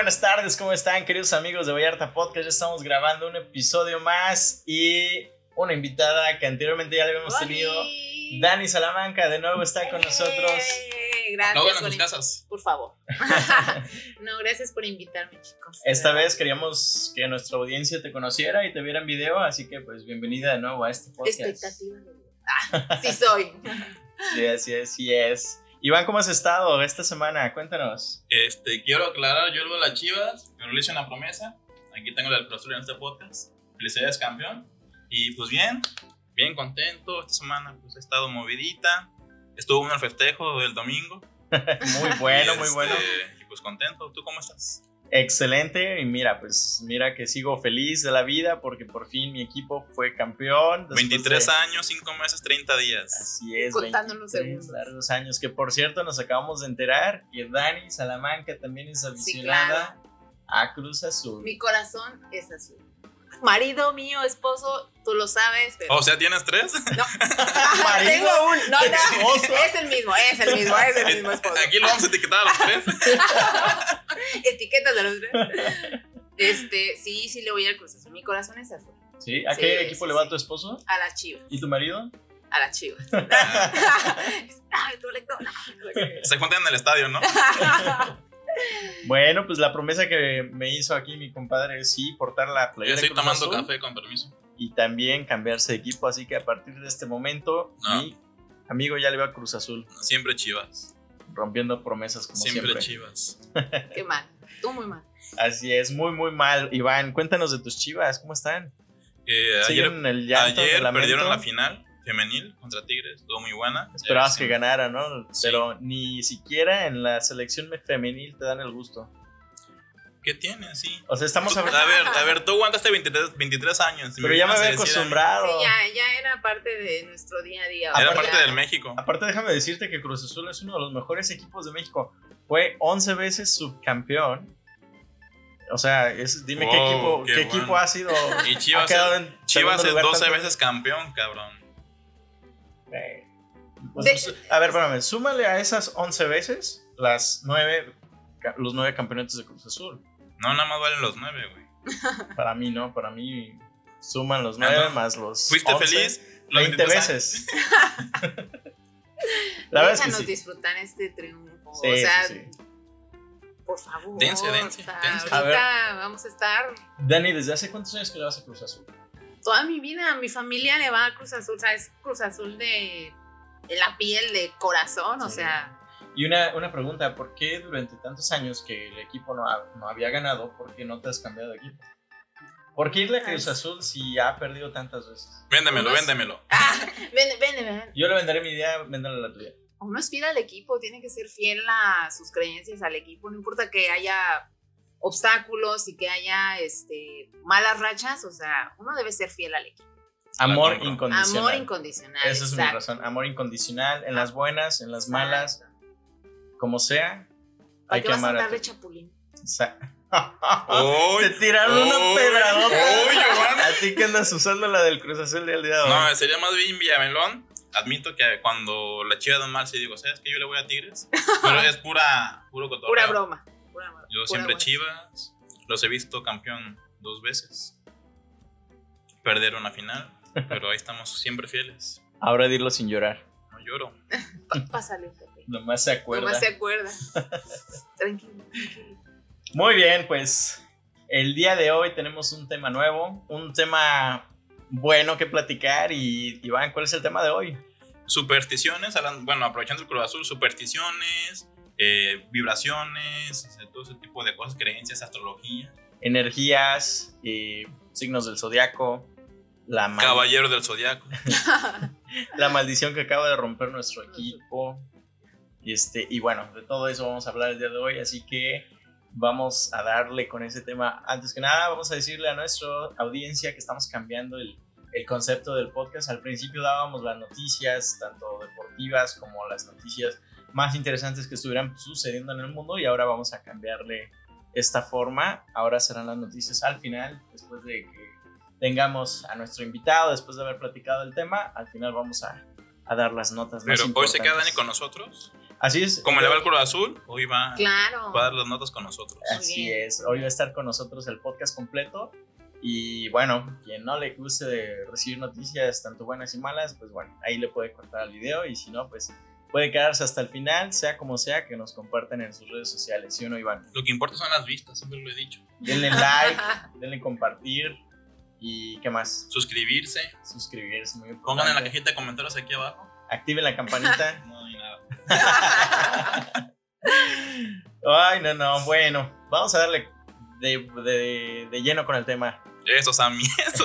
buenas tardes, ¿cómo están, queridos amigos de Vallarta Podcast? Ya estamos grabando un episodio más y una invitada que anteriormente ya la habíamos tenido, Dani Salamanca, de nuevo está con nosotros. Gracias. No van a sus casas. Por favor. No, gracias por invitarme, chicos. Esta vez queríamos que nuestra audiencia te conociera y te viera en video, así que pues bienvenida de nuevo a este podcast. Expectativa de vida. Sí soy. Sí es. Iván, ¿cómo has estado esta semana? Cuéntanos. Quiero aclarar, yo vuelvo a las Chivas, pero le hice una promesa. Aquí tengo la clausura en este podcast. Felicidades, campeón. Y pues bien contento. Esta semana pues he estado movidita. Estuvo en el festejo del domingo. Muy bueno, muy bueno. Y pues contento. ¿Tú cómo estás? Excelente, y mira que sigo feliz de la vida porque por fin mi equipo fue campeón. 23 años, 5 meses, 30 días. Así es, contando los 23 segundos. largos años, que por cierto nos acabamos de enterar que Dani Salamanca también es aficionada a Cruz Azul. Mi corazón es azul. Marido mío, esposo, tú lo sabes. Pero... O sea, ¿tienes 3? No. Marido, tengo un. No, esposo. es el mismo esposo. Aquí lo vamos a etiquetar a los 3. Etiquetas de los 3. Sí le voy al Cruz Azul. Mi corazón es azul. ¿Sí? ¿A qué equipo le va tu esposo? A las Chivas. ¿Y tu marido? A las Chivas. Ay, tu lector. Se juntan en el estadio, ¿no? Bueno, pues la promesa que me hizo aquí mi compadre es sí, portar la Yo playera estoy de Cruz tomando Azul café, con permiso. y también cambiarse de equipo, así que a partir de este momento mi amigo ya le va a Cruz Azul, Siempre Chivas. rompiendo promesas como siempre. Chivas. Qué mal. Tú muy mal. Así es, muy mal. Iván, cuéntanos de tus Chivas, ¿cómo están? ¿Siguen el llanto, Ayer el lamento? perdieron la final femenil contra Tigres, estuvo muy buena. Esperabas que ganara, ¿no? Sí. Pero ni siquiera en la selección femenil te dan el gusto. ¿Qué tiene? Sí. O sea, estamos hablando... A ver, tú aguantaste 23 años. Pero ya me había vienes a decir a mí- acostumbrado. Sí, ya era parte de nuestro día a día. Era Aparte- parte del México. Aparte, déjame decirte que Cruz Azul es uno de los mejores equipos de México. Fue 11 veces subcampeón. O sea, dime Wow, qué qué equipo bueno. ha sido. Y ha Chivas, quedado en Chivas segundo es lugar 12 tanto- veces campeón, cabrón. Pues, a ver, espérame, súmale a esas 11 veces los 9 campeonatos de Cruz Azul. No, nada más valen los 9, güey. Para mí no, para mí suman los 9 no. más los ¿Fuiste 11, feliz? Los 20 23 veces. La verdad es que Déjanos sí. disfrutar este triunfo. Sí, o sea, sí. por favor. Dense. O sea, A ver. ahorita vamos a estar Dani, ¿desde hace cuántos años que le vas a Cruz Azul? toda mi vida. Mi familia le va a Cruz Azul. O sea, es Cruz Azul de la piel, de corazón. O Sí. sea, Y una pregunta, ¿por qué durante tantos años que el equipo no había ganado, por qué no te has cambiado de equipo? ¿Por qué irle a Cruz Azul si ha perdido tantas veces? Véndemelo, Unos- véndemelo. ven. Yo le venderé mi idea, véndale la tuya. Uno es fiel al equipo, tiene que ser fiel a sus creencias, al equipo. No importa que haya obstáculos y que haya malas rachas. O sea, uno debe ser fiel al equipo. Amor compro. incondicional. Amor incondicional. Esa es mi exacto. razón. Amor incondicional, en las buenas, en las malas, Exacto. como sea, ¿Para hay qué que vas a amar a andar de tu... chapulín? ¡Uy! Te tiraron una pedradota. ¡Uy, Giovanni! A ti que andas usando la del Cruz Azul del día de hoy. No, sería más bien Villamelón. Admito que cuando la Chivas dan mal, sí digo, ¿sabes qué? Yo le voy a Tigres. Pero es puro cotorreo. Pura broma. Yo Pura siempre broma. Chivas. Los he visto campeón 2 veces. Perdieron la final. Pero ahí estamos siempre fieles. Ahora dilo sin llorar. No lloro. Pásale un café. Nomás se acuerda. Nomás se acuerda. Tranquilo. Muy bien, pues el día de hoy tenemos un tema nuevo, un tema bueno que platicar. Y Iván, ¿cuál es el tema de hoy? Supersticiones, bueno, aprovechando el Cruz Azul, supersticiones, vibraciones, todo ese tipo de cosas, creencias, astrología. Energías, signos del zodiaco, Caballero del Zodiaco. la maldición que acaba de romper nuestro equipo. Y bueno, de todo eso vamos a hablar el día de hoy, así que vamos a darle con ese tema. Antes que nada, vamos a decirle a nuestra audiencia que estamos cambiando el concepto del podcast. Al principio dábamos las noticias, tanto deportivas como las noticias más interesantes que estuvieran sucediendo en el mundo, y ahora vamos a cambiarle esta forma. Ahora serán las noticias al final, después de que tengamos a nuestro invitado, después de haber platicado el tema. Al final vamos a dar las notas más Pero hoy importantes. se queda Dani con nosotros. Así es. Como le va el Cruz Azul, hoy va Claro. a dar las notas con nosotros. Así es. Hoy va a estar con nosotros el podcast completo. Y bueno, quien no le guste de recibir noticias tanto buenas y malas, pues bueno, ahí le puede cortar el video. Y si no, pues puede quedarse hasta el final, sea como sea, que nos compartan en sus redes sociales. ¿Sí o no, Iván? Lo que importa son las vistas, siempre lo he dicho. Denle like, denle compartir. ¿Y qué más? Suscribirse. Suscribirse, muy importante. Pongan en la cajita de comentarios aquí abajo. Activen la campanita. No hay nada. Ay, no. Bueno, vamos a darle de lleno con el tema. Eso, Sammy.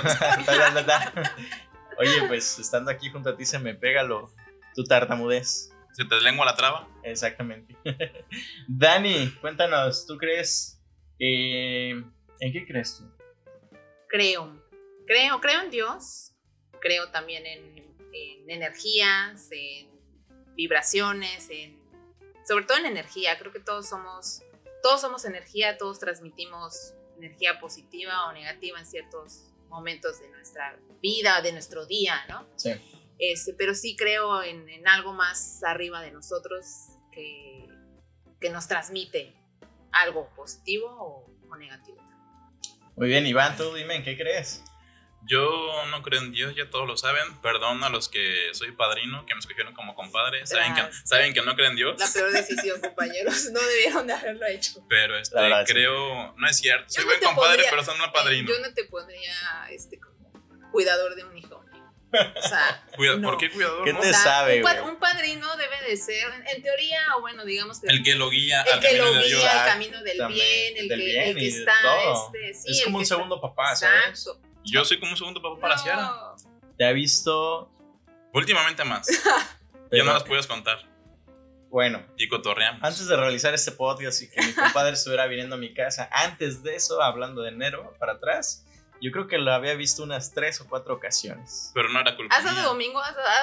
Oye, pues estando aquí junto a ti se me pega tu tartamudez. ¿Se te lengua la traba? Exactamente. Dani, cuéntanos, ¿tú crees? ¿En qué crees tú? Creo en Dios, creo también en energías, en vibraciones, sobre todo en energía. Creo que todos somos energía, todos transmitimos energía positiva o negativa en ciertos momentos de nuestra vida, de nuestro día, ¿no? Sí. Pero sí creo en algo más arriba de nosotros que nos transmite algo positivo o negativo. Muy bien, Iván, tú dime, ¿en qué crees? Yo no creo en Dios, ya todos lo saben. Perdón a los que soy padrino, que me escogieron como compadre. Saben que no creen en Dios. La peor decisión, compañeros. No debieron de haberlo hecho. Pero verdad, creo, no es cierto. Soy buen compadre, pero son mal padrino. Yo no te pondría como cuidador de un hijo. O sea, no. ¿Por qué cuidador? ¿Qué no? te sabe, güey? Un padrino debe de ser, en teoría, o bueno, digamos que el que lo guía el al que camino lo de Dios. guía al camino del bien, el que está, sí, es como un segundo papá, ¿sabes? Exacto. Yo soy como un segundo papá para Ciara. Te ha visto. Últimamente más. Ya no las puedes contar. Bueno, Y cotorreamos. antes de realizar este podcast y que mi compadre estuviera viniendo a mi casa, antes de eso, hablando de enero para atrás, yo creo que lo había visto unas 3 o 4 ocasiones. Pero no era culpa ¿Has dado mía. domingo?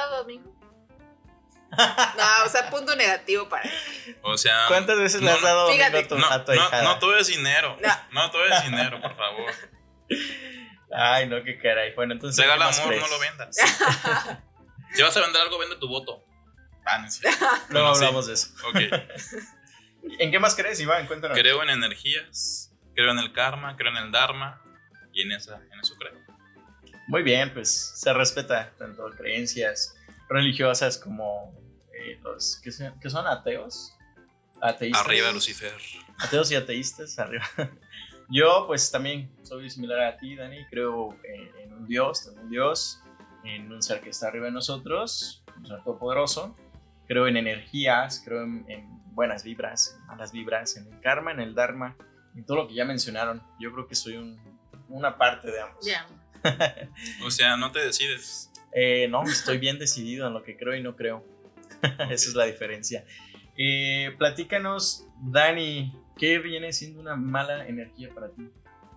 No, o sea, punto negativo para él. O sea, ¿Cuántas veces le has dado domingo fíjate, a tu hijada? no todo es dinero. No. No todo es dinero, por favor. Ay, no, qué caray. Bueno, entonces. Regala ¿qué más amor, crees? no lo vendas. Si vas a vender algo, vende tu voto. No es cierto. No Bueno, sí. hablamos de eso. Ok. ¿En qué más crees, Iván? Cuéntanos. Creo en energías, creo en el karma, creo en el dharma. Y en eso creo. Muy bien, pues se respeta tanto creencias religiosas como los que son ateos. Ateístas. Arriba, Lucifer. Ateos y ateístas, arriba. Yo, pues también soy similar a ti, Dani. Creo en un Dios, en un ser que está arriba de nosotros, un ser todopoderoso. Creo en energías, creo en buenas vibras, en malas vibras, en el karma, en el dharma, en todo lo que ya mencionaron. Yo creo que soy una parte de ambos. Ya. O sea, no te decides. No, estoy bien decidido en lo que creo y no creo. Esa es la diferencia. Platícanos, Dani, ¿qué viene siendo una mala energía para ti?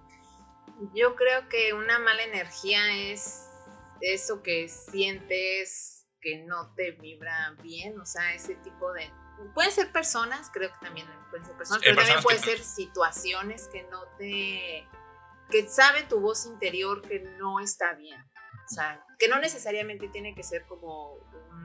Yo creo que una mala energía es eso que sientes que no te vibra bien, o sea, ese tipo de... Pueden ser personas, creo que también pueden ser personas, pero también pueden ser situaciones que no te... que sabe tu voz interior que no está bien. O sea, que no necesariamente tiene que ser como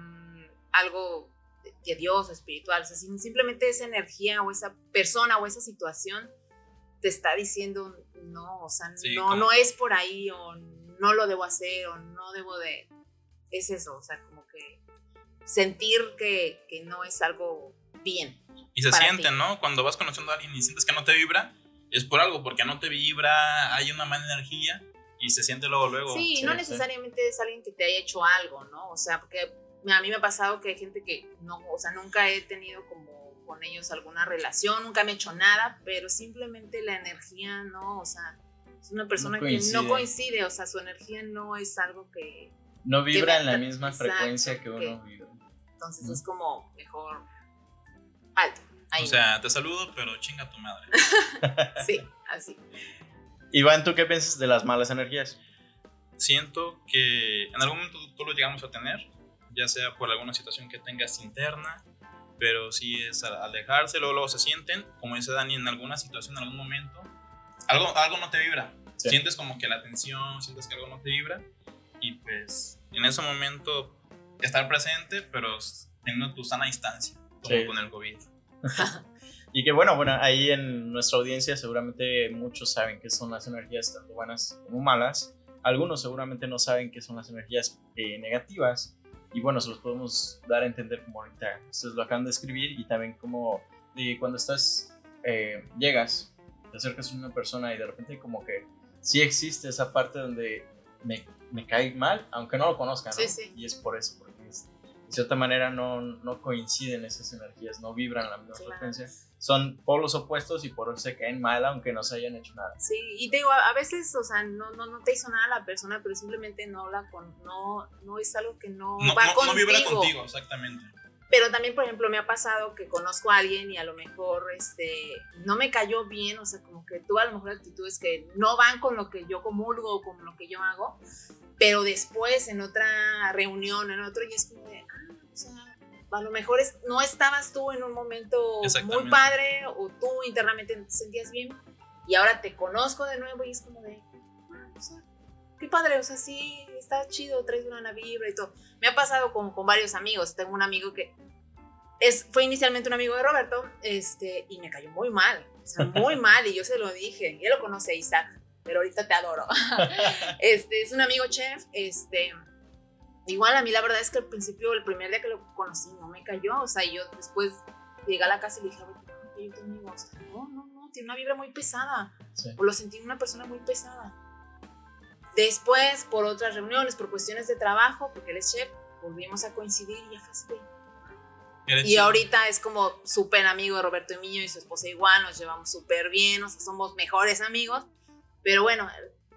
algo de Dios o espiritual, o sea, simplemente esa energía o esa persona o esa situación te está diciendo no, o sea, sí, no es por ahí, o no lo debo hacer, o no debo de... Es eso, o sea, como que sentir que no es algo bien. Y se siente, ¿no? Cuando vas conociendo a alguien y sientes que no te vibra, es por algo, porque no te vibra, hay una mala energía y se siente luego. Sí, no necesariamente es alguien que te haya hecho algo, ¿no? O sea, porque a mí me ha pasado que hay gente que no, o sea, nunca he tenido como con ellos alguna relación, nunca me he hecho nada, pero simplemente la energía, ¿no? O sea, es una persona que no coincide, o sea, su energía no es algo que... No vibra en la misma frecuencia que uno vibra. Entonces es como mejor alto. O sea, te saludo, pero chinga tu madre. Sí, así. Iván, ¿tú qué piensas de las malas energías? Siento que en algún momento tú lo llegamos a tener, ya sea por alguna situación que tengas interna, pero sí es alejarse, luego se sienten, como dice Dani, en alguna situación, en algún momento, algo no te vibra. Sí. Sientes como que la tensión, sientes que algo no te vibra, y pues en ese momento estar presente, pero teniendo tu sana distancia. como Sí. con el COVID. Y que bueno, ahí en nuestra audiencia seguramente muchos saben qué son las energías tanto buenas como malas. Algunos seguramente no saben qué son las energías negativas. Y bueno, se los podemos dar a entender como ahorita ustedes lo acaban de escribir. Y también como cuando llegas, te acercas a una persona y de repente como que sí existe esa parte donde me cae mal, aunque no lo conozca, ¿no? Sí, sí. Y es por eso, porque de cierta manera no coinciden esas energías, no vibran la misma frecuencia. Son polos opuestos y por eso se caen mal aunque no se hayan hecho nada. Sí, y te digo, a veces, o sea, no te hizo nada la persona, pero simplemente no es algo que no va contigo. No vibra contigo, exactamente. Pero también, por ejemplo, me ha pasado que conozco a alguien y a lo mejor no me cayó bien, o sea, como que tuvo a lo mejor actitudes que no van con lo que yo comulgo o con lo que yo hago, pero después en otra reunión, en otro, y es como de, o sea, a lo mejor no estabas tú en un momento muy padre o tú internamente no te sentías bien y ahora te conozco de nuevo y es como de, o sea, qué padre, o sea, sí, está chido, traes una buena vibra y todo. Me ha pasado con varios amigos. Tengo un amigo que fue inicialmente un amigo de Roberto y me cayó muy mal, o sea, muy mal, y yo se lo dije. Y él lo conoce, Isaac, pero ahorita te adoro. Es un amigo chef, igual a mí la verdad es que al principio, el primer día que lo conocí, no me cayó, o sea, yo después llegué a la casa y le dije, yo tu amigo, o sea, no, tiene una vibra muy pesada, sí. O lo sentí una persona muy pesada. Después, por otras reuniones, por cuestiones de trabajo, porque él es chef, volvimos a coincidir y ya fue así. Y ahorita es como súper amigo de Roberto Emiño y su esposa igual, nos llevamos súper bien, o sea, somos mejores amigos, pero bueno,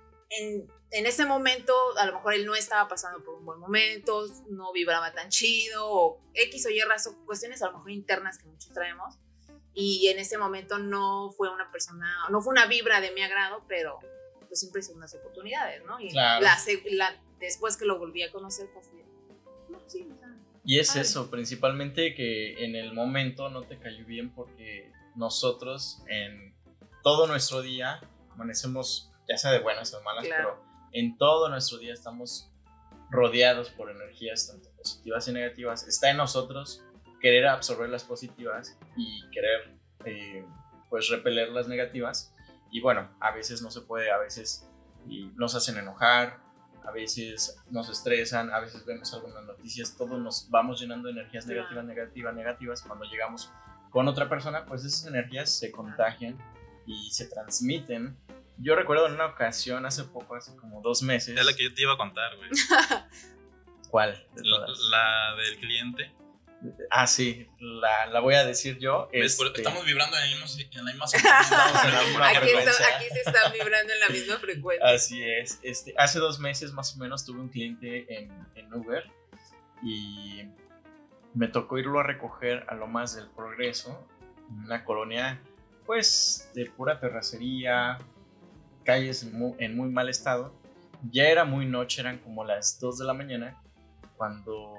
en ese momento a lo mejor él no estaba pasando por un buen momento, no vibraba tan chido, o X o Y razón, cuestiones a lo mejor internas que muchos traemos, y en ese momento no fue una vibra de mi agrado, pero pues siempre son unas oportunidades, ¿no? Y claro. Después que lo volví a conocer, pues sí, o sea, y es eso, principalmente que en el momento no te cayó bien porque nosotros en todo nuestro día amanecemos, ya sea de buenas o de malas, claro. Pero en todo nuestro día estamos rodeados por energías tanto positivas y negativas. Está en nosotros querer absorber las positivas y querer pues repeler las negativas. Y bueno, a veces no se puede, a veces nos hacen enojar, a veces nos estresan, a veces vemos algunas noticias, todos nos vamos llenando de energías negativas. Cuando llegamos con otra persona, pues esas energías se contagian y se transmiten. Yo recuerdo en una ocasión hace como 2 meses. Es la que yo te iba a contar, güey. ¿Cuál? La del cliente. Ah, sí, la voy a decir yo. Estamos vibrando en la misma frecuencia. Aquí se está vibrando en la misma frecuencia. Así es. Hace 2 meses más o menos tuve un cliente en Uber y me tocó irlo a recoger a Lomas del Progreso, una colonia pues de pura terracería, calles en muy mal estado. Ya era muy noche, eran como las 2 de la mañana cuando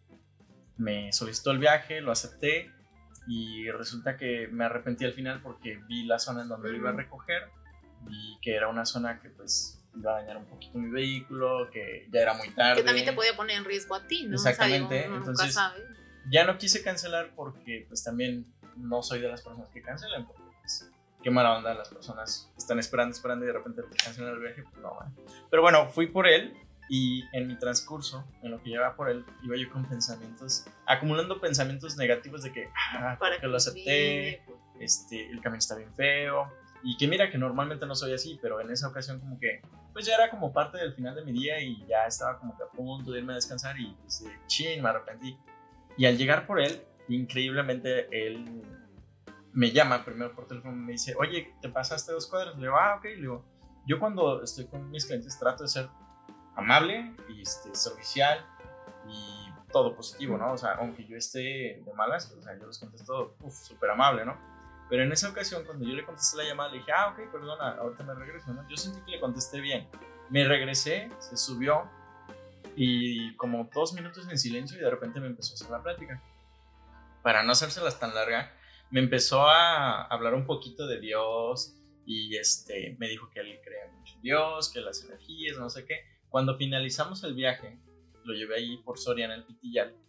me solicitó el viaje, lo acepté y resulta que me arrepentí al final porque vi la zona en donde lo iba a recoger y que era una zona que pues iba a dañar un poquito mi vehículo, que ya era muy tarde. Que también te podía poner en riesgo a ti, ¿no? Exactamente, o sea, entonces ya no quise cancelar porque pues también no soy de las personas que cancelen, porque pues qué mala onda, las personas están esperando y de repente te cancelan el viaje, pues no, man. Pero bueno, fui por él. Y en mi transcurso, en lo que llevaba por él, iba yo con acumulando pensamientos negativos de que, porque lo acepté, el camino está bien feo, y que mira que normalmente no soy así, pero en esa ocasión como que, pues ya era como parte del final de mi día y ya estaba como que a punto de irme a descansar y pues me arrepentí. Y al llegar por él, increíblemente él me llama primero por teléfono y me dice, oye, ¿te pasaste 2 cuadras? Le digo, ok, le digo, yo cuando estoy con mis clientes trato de ser amable y servicial y todo positivo, ¿no? O sea, aunque yo esté de malas, o sea, yo les contesto súper amable, ¿no? Pero en esa ocasión, cuando yo le contesté la llamada, le dije, ok, perdona, ahorita me regreso, ¿no? Yo sentí que le contesté bien. Me regresé, se subió y como 2 minutos en silencio y de repente me empezó a hacer la plática. Para no hacérselas tan larga, me empezó a hablar un poquito de Dios y me dijo que él creía mucho en Dios, que las energías, no sé qué. Cuando finalizamos el viaje, lo llevé ahí por Soriana, el Pitillal,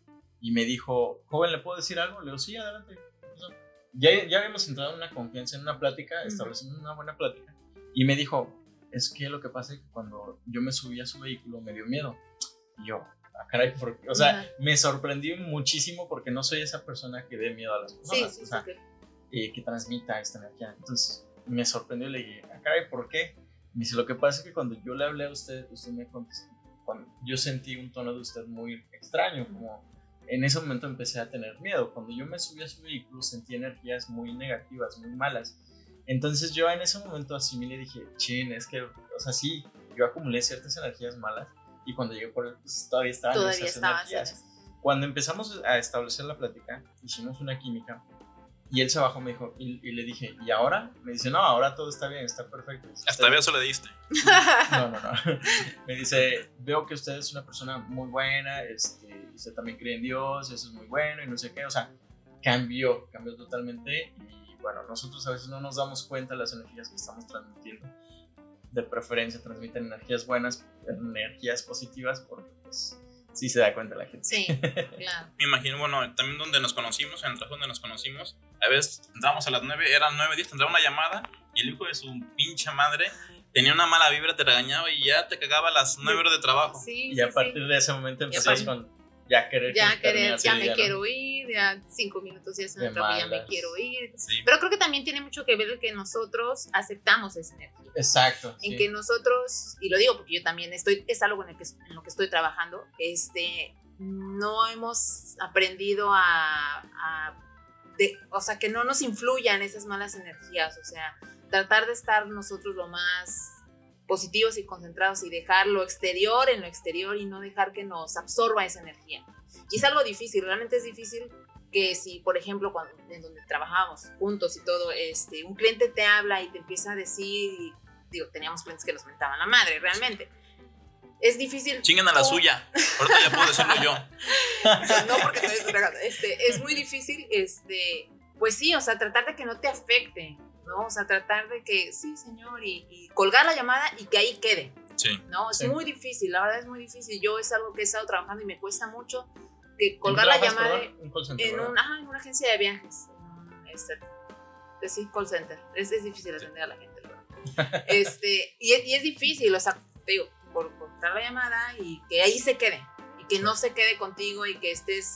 y me dijo, joven, ¿le puedo decir algo? Le digo, sí, adelante. Ya habíamos entrado en una confianza, en una plática, establecimos una buena plática, y me dijo, es que lo que pasa es que cuando yo me subí a su vehículo me dio miedo. Y yo, caray, o sea, me sorprendí muchísimo porque no soy esa persona que dé miedo a las personas, o sea, que transmita esta energía. Entonces me sorprendió y le dije, caray, ¿por qué? Me dice, lo que pasa es que cuando yo le hablé a usted me contestó. Yo sentí un tono de usted muy extraño, como en ese momento empecé a tener miedo. Cuando yo me subí a su vehículo sentí energías muy negativas, muy malas. Entonces yo en ese momento así me le dije, chin, es que, o sea, sí, yo acumulé ciertas energías malas y cuando llegué por él, pues todavía estaban esas energías. Cuando empezamos a establecer la plática, hicimos una química y él se bajó, me dijo, y le dije, ¿y ahora? Me dice, no, ahora todo está bien, está perfecto. Hasta beso le diste. No. Me dice, veo que usted es una persona muy buena, usted también cree en Dios, eso es muy bueno y no sé qué, o sea, cambió totalmente. Y bueno, nosotros a veces no nos damos cuenta de las energías que estamos transmitiendo. De preferencia transmiten energías buenas, energías positivas, porque pues sí se da cuenta la gente. Sí, claro. Me imagino, bueno, también donde nos conocimos, en el trabajo donde nos conocimos, a veces entrábamos a las 9, eran 9:10, tendrá una llamada y el hijo de su pinche madre tenía una mala vibra, te regañaba y ya te cagaba las 9 horas de trabajo. Sí, y a partir de ese momento empezás con ya me quiero ir, ya 5 minutos ya se me acabó, ya me quiero ir. Sí. Pero creo que también tiene mucho que ver el que nosotros aceptamos esa energía. Exacto. En que nosotros, y lo digo porque yo también es algo en lo que estoy trabajando, no hemos aprendido o sea, que no nos influyan esas malas energías, o sea, tratar de estar nosotros lo más positivos y concentrados y dejar lo exterior en lo exterior y no dejar que nos absorba esa energía. Y es algo difícil, realmente es difícil que si, por ejemplo, en donde trabajábamos juntos y todo, un cliente te habla y te empieza a decir, digo, teníamos clientes que nos mentaban la madre, realmente. Es difícil. Chinguen a la suya. Ahorita ya puedo decirlo yo. No, porque te estoy tragando. Es muy difícil, pues sí, o sea, tratar de que no te afecte, ¿no? O sea, tratar de que, sí, señor, y colgar la llamada y que ahí quede. Sí. ¿No? Es muy difícil, la verdad es muy difícil. Yo es algo que he estado trabajando y me cuesta mucho que colgar la llamada en una agencia de viajes. Sí, call center. Es difícil atender a la gente, ¿verdad? Y es difícil, o sea, te digo, por cortar la llamada y que ahí se quede, y que no se quede contigo y que estés,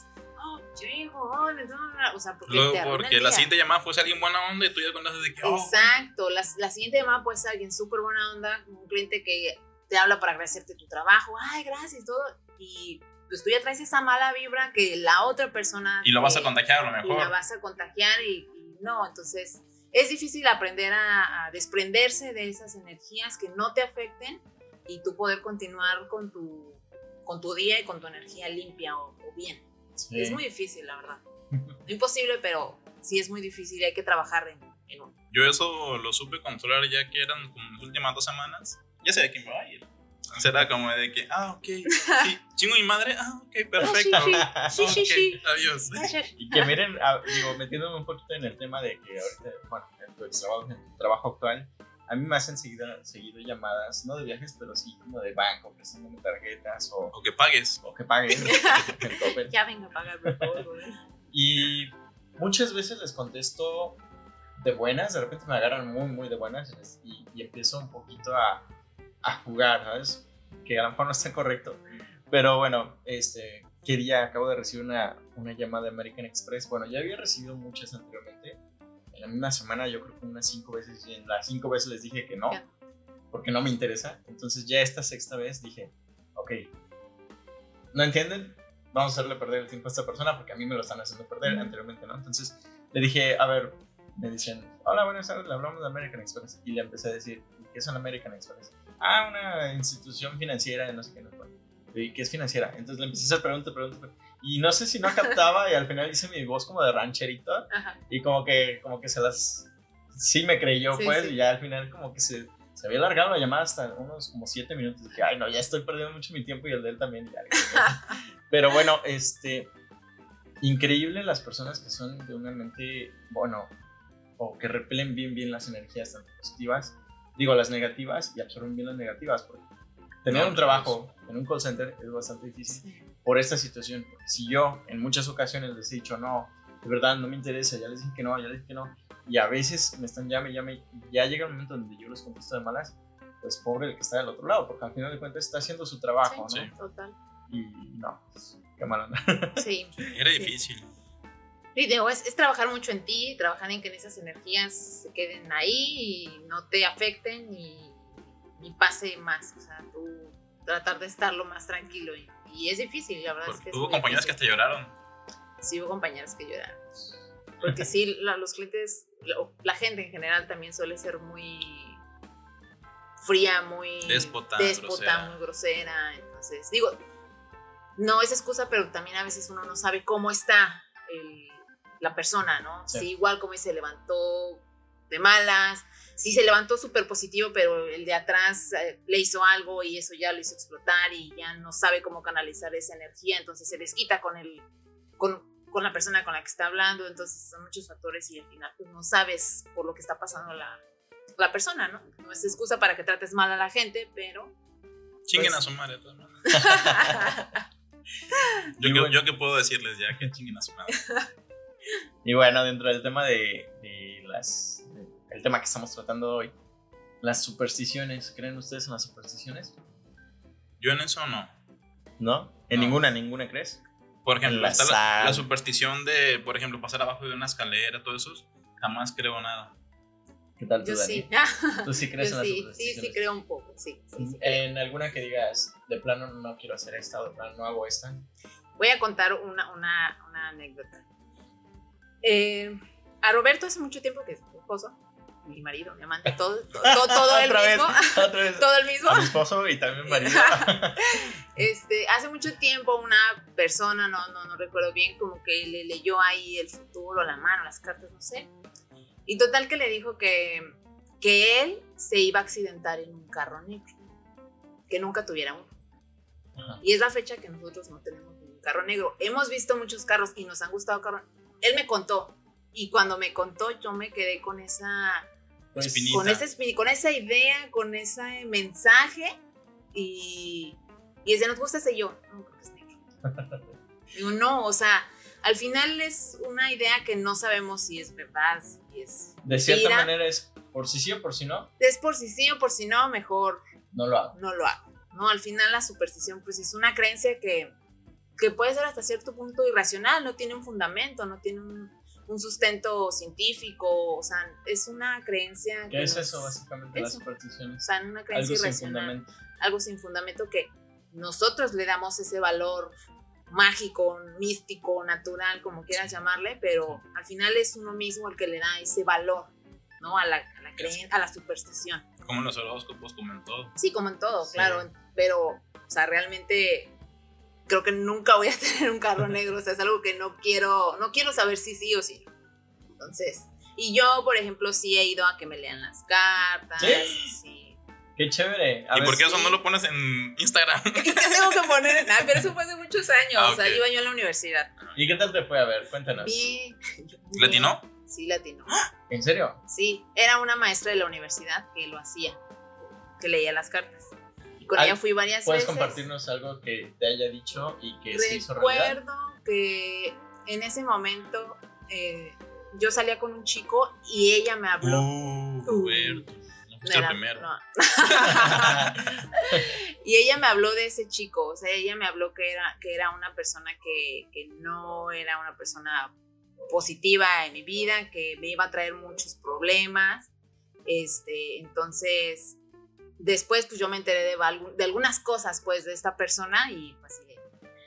o sea, porque la siguiente llamada fuese alguien buena onda y tú ya conoces de que, Exacto, la siguiente llamada puede ser alguien súper buena onda, un cliente que te habla para agradecerte tu trabajo, ay, gracias, todo, y pues tú ya traes esa mala vibra que la otra persona... Y lo vas a contagiar a lo mejor. Y la vas a contagiar y no, entonces es difícil aprender a desprenderse de esas energías que no te afecten y tú poder continuar con tu día y con tu energía limpia o bien. Sí. Es muy difícil, la verdad. No imposible, pero sí es muy difícil y hay que trabajar en uno. Yo eso lo supe controlar ya que eran como las últimas 2 semanas. Ya sé de quién me va a ir. Será como de que, ok, sí, chingo mi madre, ok, perfecto. Sí. Adiós. Y que miren, digo, metiéndome un poquito en el tema de que ahorita, bueno, en tu trabajo actual, a mí me hacen seguido llamadas, no de viajes, pero sí como de banco, prestándome tarjetas o que pagues. O que paguen. Ya venga a pagar, por favor. Y muchas veces les contesto de buenas, de repente me agarran muy, muy de buenas y empiezo un poquito a jugar, ¿sabes? Que a lo mejor no está correcto. Pero bueno, acabo de recibir una llamada de American Express. Bueno, ya había recibido muchas anteriormente. En la misma semana yo creo que unas 5 veces, y en las 5 veces les dije que no, porque no me interesa. Entonces ya esta 6ª vez dije, ok, ¿no entienden? Vamos a hacerle perder el tiempo a esta persona porque a mí me lo están haciendo perder anteriormente, ¿no? Entonces le dije, a ver, me dicen, hola, buenas tardes, le hablamos de American Express. Y le empecé a decir, ¿qué es un American Express? Una institución financiera de no sé qué. ¿Y qué es financiera? Entonces le empecé a hacer preguntas. Y no sé si no captaba y al final hice mi voz como de rancherito. Ajá. Y como que sí me creyó, sí, pues, sí. Y ya al final como que se había alargado la llamada hasta unos como 7 minutos. Y dije, ay, no, ya estoy perdiendo mucho mi tiempo y el de él también. Pero bueno, increíble las personas que son de una mente, bueno, o que repelen bien las energías tanto positivas, digo las negativas, y absorben bien las negativas, porque tener un trabajo en un call center es bastante difícil, por esta situación. Porque si yo en muchas ocasiones les he dicho, no, de verdad no me interesa, ya les dije que no, ya les dije que no, y a veces me están llame, ya llega el momento donde yo los contesto de malas, pues pobre el que está del otro lado, porque al final de cuentas está haciendo su trabajo, sí, ¿no? Sí, total. Y no, pues, qué mal onda. Sí. Era difícil. Sí, digo, es trabajar mucho en ti, trabajar en que esas energías se queden ahí y no te afecten y pase más. O sea, tú tratar de estar lo más tranquilo. Y es difícil, la verdad. Es que hubo compañeras que hasta lloraron. Sí, hubo compañeras que lloraron. Porque sí, los clientes, la gente en general también suele ser muy fría, muy déspota, muy grosera. Entonces, digo, no es excusa, pero también a veces uno no sabe cómo está la persona, ¿no? Sí. Sí, igual como se levantó de malas, sí se levantó súper positivo, pero el de atrás le hizo algo y eso ya lo hizo explotar y ya no sabe cómo canalizar esa energía, entonces se desquita con la persona con la que está hablando, entonces son muchos factores y al final pues no sabes por lo que está pasando la persona, ¿no? No es excusa para que trates mal a la gente, pero... Chinguen pues, a su madre, de todas maneras. Yo qué puedo decirles ya, que chinguen a su madre. Y bueno, dentro del tema el tema que estamos tratando hoy, las supersticiones, ¿creen ustedes en las supersticiones? Yo en eso no. ¿No? ¿En ninguna crees? Por ejemplo, La está sal. la superstición de, por ejemplo, pasar abajo de una escalera, todo eso, jamás creo nada. ¿Qué tal tú, yo Dani? sí. ¿Tú sí crees en las Sí, supersticiones? sí creo un poco, sí. En alguna que digas, de plano no quiero hacer esta, o de plano no hago esta. Voy a contar una anécdota. A Roberto hace mucho tiempo, que es mi esposo, mi marido, mi amante, todo el mismo. Otra vez. Todo el mismo. A mi esposo y también marido. Hace mucho tiempo una persona, no recuerdo bien, como que le leyó ahí el futuro, la mano, las cartas, no sé. Y total que le dijo que él se iba a accidentar en un carro negro, que nunca tuviera uno. Ajá. Y es la fecha que nosotros no tenemos un carro negro. Hemos visto muchos carros y nos han gustado carros. Él me contó, y cuando me contó yo me quedé con esa con esa idea, con ese mensaje, y desde nos gusta ese yo, no creo que es negro. Digo, no, o sea, al final es una idea que no sabemos si es verdad, si es De cierta mentira. manera es por si sí o por si no, Es por si sí o por si no, mejor no lo hago. no lo hago. No, al final la superstición pues es una creencia que puede ser hasta cierto punto irracional, no tiene un fundamento, no tiene un sustento científico, o sea, es una creencia. ¿Qué es eso básicamente, las supersticiones? O sea, una creencia Algo sin irracional, fundamento. algo sin fundamento que nosotros le damos ese valor mágico, místico, natural, como quieras llamarle, pero al final es uno mismo el que le da ese valor, ¿no? A la creencia, a la superstición. Como en los horóscopos, como en todo. Sí, como en todo, Sí. claro, pero, o sea, realmente creo que nunca voy a tener un carro negro, o sea, es algo que no quiero saber si sí o si no. Entonces, y yo, por ejemplo, sí he ido a que me lean las cartas. Sí. Qué chévere. A ¿Y ver, por qué sí. eso no lo pones en Instagram? ¿Qué tengo que poner? Pero eso fue hace muchos años, o sea, Ok. iba yo en la universidad. ¿Y qué tal te fue? A ver, cuéntanos. Bien. ¿Latinó? Sí, latinó. ¿En serio? Sí, era una maestra de la universidad que lo hacía, que leía las cartas. Y con ella fui varias ¿Puedes veces. compartirnos algo que te haya dicho y que se hizo realidad? Recuerdo que en ese momento yo salía con un chico y ella me habló. Roberto. No fuiste el primero. No. Y ella me habló de ese chico, o sea, ella me habló que era una persona que no era una persona positiva en mi vida, que me iba a traer muchos problemas. Entonces, después pues yo me enteré de algunas cosas pues de esta persona y pues sí.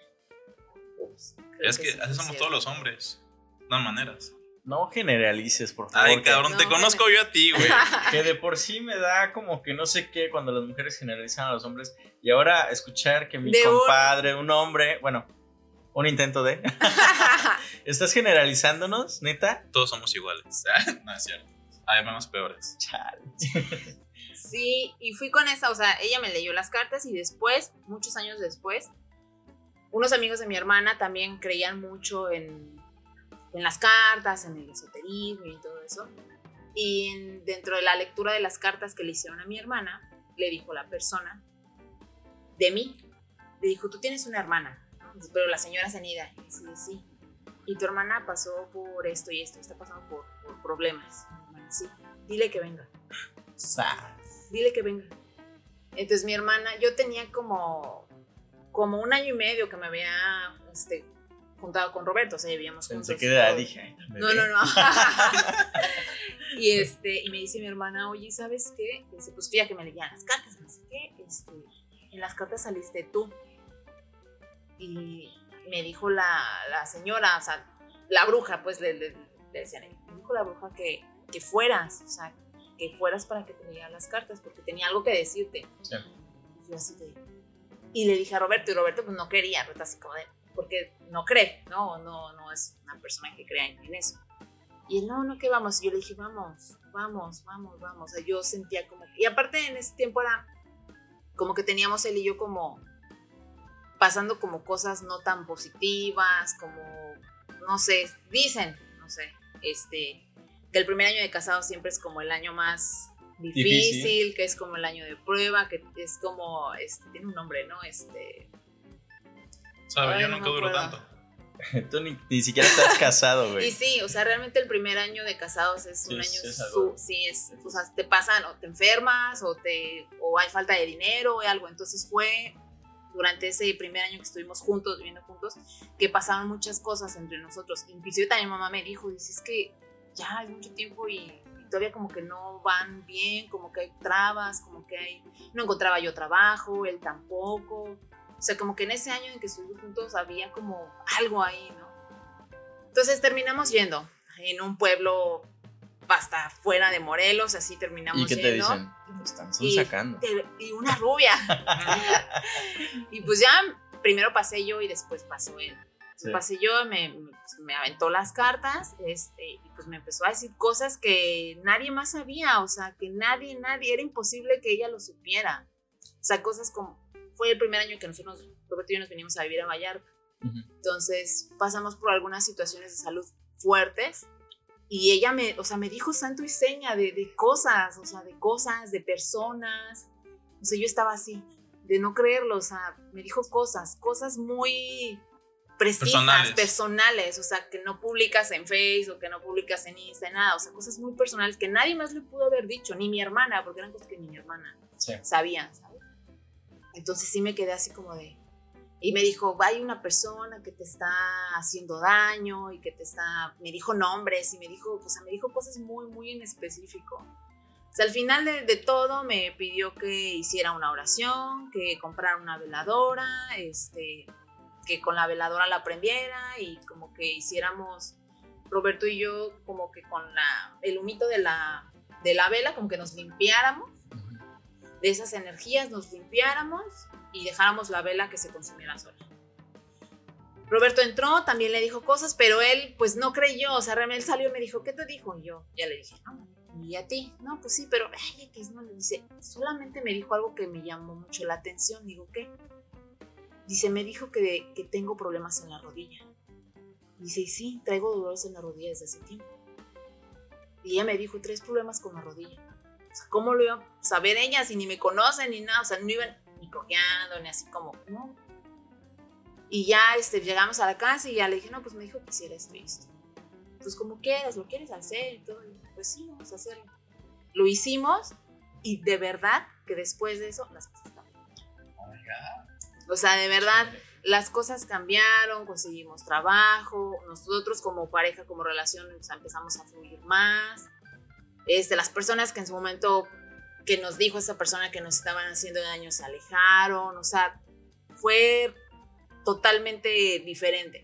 Es que así somos todos los hombres. De todas maneras. No generalices, por favor. Ay, cabrón, te No, conozco yo a ti, güey. Que de por sí me da como que no sé qué cuando las mujeres generalizan a los hombres. Y ahora escuchar que mi compadre, un hombre, bueno, un intento de... ¿Estás generalizándonos, neta? Todos somos iguales. No es cierto. Hay menos peores. Chale. Sí, y fui con esa, o sea, ella me leyó las cartas y después, muchos años después, unos amigos de mi hermana también creían mucho en las cartas, en el esoterismo y todo eso. Y dentro de la lectura de las cartas que le hicieron a mi hermana, le dijo la persona de mí, le dijo, tú tienes una hermana, ¿no? Dice, pero la señora Zenida, y dice, sí. Y tu hermana pasó por esto y esto, está pasando por problemas. Sí, dile que venga. Dile que venga. Entonces mi hermana, yo tenía como 1 año y medio que me había juntado con Roberto, o sea, vivíamos juntos. Pensé que era, dije. No. y me dice mi hermana, oye, ¿sabes qué? Dice, pues fíjate que me leían las cartas, no sé qué, en las cartas saliste tú. Y me dijo la señora, o sea, la bruja, pues le decían, me dijo la bruja que fueras, o sea, que fueras para que te leyeran las cartas, porque tenía algo que decirte. Sí. Y le dije a Roberto, y Roberto pues no quería, pero así como de, porque no cree, no es una persona que crea en eso. Y él, no, que vamos. Y yo le dije, vamos. O sea, yo sentía como que, y aparte en ese tiempo era como que teníamos él y yo como pasando como cosas no tan positivas, como, no sé, dicen, que el primer año de casado siempre es como el año más difícil, que es como el año de prueba, que es como, tiene un nombre, ¿no? Yo nunca duro tanto. Tú ni siquiera estás casado, güey. Y sí, o sea, realmente el primer año de casados es un año, o sea, te pasan, o te enfermas, o hay falta de dinero, o algo. Entonces fue durante ese primer año que estuvimos juntos, viviendo juntos, que pasaron muchas cosas entre nosotros. Inclusive también mamá me dijo, dice, es que ya es mucho tiempo y todavía como que no van bien, como que hay trabas, como que no encontraba yo trabajo, él tampoco. O sea, como que en ese año en que estuvimos juntos había como algo ahí, ¿no? Entonces terminamos yendo en un pueblo hasta fuera de Morelos, así terminamos yendo. ¿Y qué te dicen? Lo están sacando. Y una rubia. Y pues ya primero pasé yo y después pasó él. Sí. Pasé yo, me aventó las cartas, y pues me empezó a decir cosas que nadie más sabía, o sea, que nadie, era imposible que ella lo supiera. O sea, cosas como, fue el primer año que nosotros, Roberto y yo, nos venimos a vivir a Vallarta. Uh-huh. Entonces pasamos por algunas situaciones de salud fuertes y ella me dijo santo y seña de cosas, o sea, de personas. O sea, yo estaba así, de no creerlo, o sea, me dijo cosas muy precisas, personales, o sea, que no publicas en Facebook, que no publicas en Insta, nada, o sea, cosas muy personales que nadie más le pudo haber dicho, ni mi hermana, porque eran cosas que ni mi hermana sabía, ¿sabes? Entonces sí me quedé así como de... Y me dijo, hay una persona que te está haciendo daño y que me dijo nombres y me dijo cosas muy, muy en específico. O sea, al final de todo me pidió que hiciera una oración, que comprara una veladora, que con la veladora la prendiera y como que hiciéramos, Roberto y yo, como que con el humito de la vela, como que nos limpiáramos de esas energías, nos limpiáramos y dejáramos la vela que se consumiera sola. Roberto entró, también le dijo cosas, pero él pues no creyó, o sea, realmente él salió y me dijo, ¿qué te dijo? Y yo ya le dije, no, ¿y a ti? No, pues sí, pero no, le dice, solamente me dijo algo que me llamó mucho la atención. Digo, ¿qué? Dice, me dijo que tengo problemas en la rodilla. Dice, y sí, traigo dolores en la rodilla desde hace tiempo. Y ella me dijo, 3 problemas con la rodilla. O sea, ¿cómo lo iba a saber ella si ni me conocen ni nada? O sea, no iban ni cojeando, ni así como, no. Y ya llegamos a la casa y ya le dije, no, pues me dijo que hiciera esto y esto. Pues como quieras, lo quieres hacer y todo. Y pues sí, vamos a hacerlo. Lo hicimos y de verdad que después de eso las cosas cambiaron. Oh my God. O sea, de verdad, las cosas cambiaron, conseguimos trabajo, nosotros como pareja, como relación, o sea, empezamos a fluir más. Las personas que en su momento que nos dijo esa persona que nos estaban haciendo daño se alejaron, o sea, fue totalmente diferente.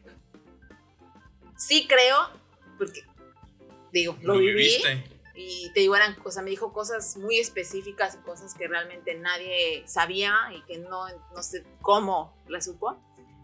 Sí creo, porque digo, lo viví y te digo, me dijo cosas muy específicas y cosas que realmente nadie sabía y que no sé cómo la supo,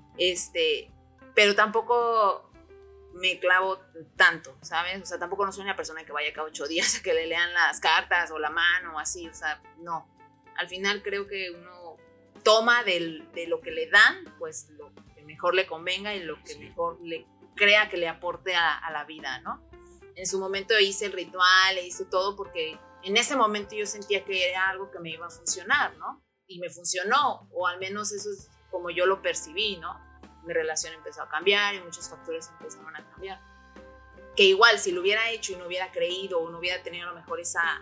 pero tampoco me clavo tanto, ¿sabes? O sea, tampoco no soy una persona que vaya cada 8 días a que le lean las cartas o la mano o así, o sea, no. Al final creo que uno toma de lo que le dan, pues lo que mejor le convenga y lo que mejor le crea que le aporte a la vida, ¿no? En su momento hice el ritual, hice todo porque en ese momento yo sentía que era algo que me iba a funcionar, ¿no? Y me funcionó, o al menos eso es como yo lo percibí, ¿no? mi relación empezó a cambiar y muchos factores empezaron a cambiar. Que igual, si lo hubiera hecho y no hubiera creído o no hubiera tenido a lo mejor esa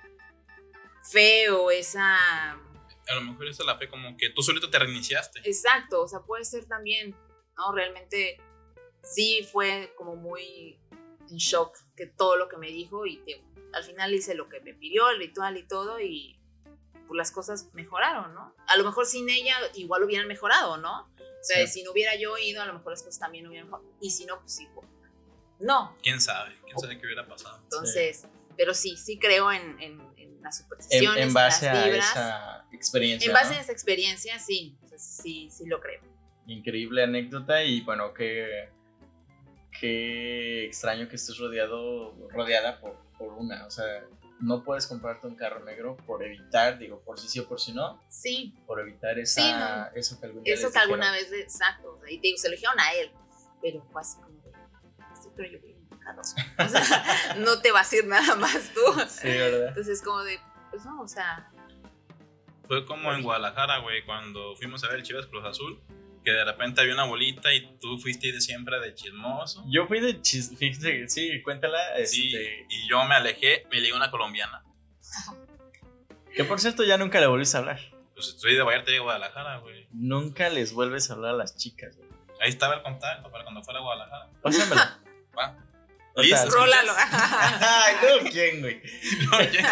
fe o esa... A lo mejor esa es la fe, como que tú solito te reiniciaste. Exacto, o sea, puede ser también, ¿no? Realmente sí fue como muy en shock que todo lo que me dijo y al final hice lo que me pidió, el ritual y todo y pues las cosas mejoraron, ¿no? A lo mejor sin ella igual hubieran mejorado, ¿no? O sea, Sí. si no hubiera yo ido, a lo mejor las cosas también hubieran mejorado. Y si no, pues sí, no. ¿Quién sabe? ¿Quién sabe qué hubiera pasado? Entonces, pero sí creo en las supersticiones, En base en las a vibras. esa experiencia. En base ¿no? a esa experiencia, sí. O sea, sí lo creo. Increíble anécdota y bueno, qué extraño que estés rodeada por una. O sea, no puedes comprarte un carro negro por evitar, digo, por si sí o por si no, Sí, por evitar Sí, no. eso que algún día eso les que alguna dijeron. vez, exacto. O sea, y te digo, se lo dijeron a él, pero fue así como de, sí, pero yo voy en mi carro. O sea, no te vas a ir nada más tú. Sí, ¿verdad? Entonces, como de, pues no, o sea, Fue como en Guadalajara, güey, cuando fuimos a ver el Chivas Cruz Azul, que de repente había una bolita y tú fuiste de siempre de chismoso. Yo fui de fíjate, sí, cuéntala. Sí, y yo me alejé, me ligó una colombiana. Que por cierto ya nunca le volviste a hablar. Pues estoy de Vallarta y de Guadalajara, güey. Nunca les vuelves a hablar a las chicas, güey. Ahí estaba el contacto para cuando fuera a Guadalajara. Pásamelo. Va. O Listo. sea, rólalo. Ay, no, ¿quién, güey? Oye,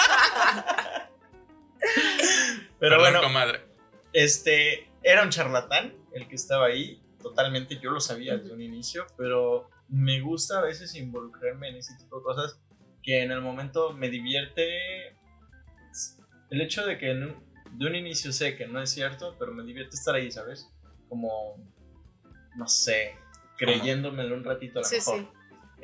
Pero perdón, bueno, comadre. era un charlatán el que estaba ahí. Totalmente, yo lo sabía desde un inicio, pero me gusta a veces involucrarme en ese tipo de cosas que en el momento me divierte. El hecho de que de un inicio sé que no es cierto, pero me divierte estar ahí, ¿sabes? Como, no sé, creyéndomelo un ratito a lo Sí, mejor. sí.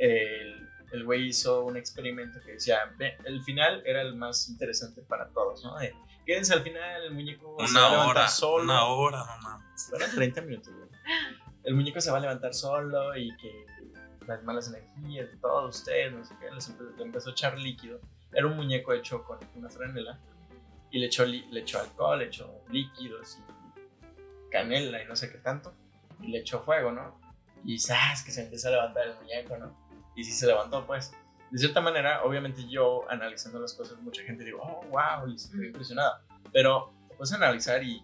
El güey hizo un experimento que decía, el final era el más interesante para todos, ¿no? Quédense al final, el muñeco se va a levantar solo. Una hora, no mames. Fueron 30 minutos, güey. El muñeco se va a levantar solo y que las malas energías de todos ustedes, no sé qué, le empezó a echar líquido. Era un muñeco hecho con una franela y le echó alcohol, le echó líquidos y canela y no sé qué tanto. Y le echó fuego, ¿no? Y ¡zas! Que se empezó a levantar el muñeco, ¿no? Y sí se levantó, pues. De cierta manera, obviamente yo analizando las cosas, mucha gente digo, oh, wow, y estoy impresionada. Pero te puedes analizar y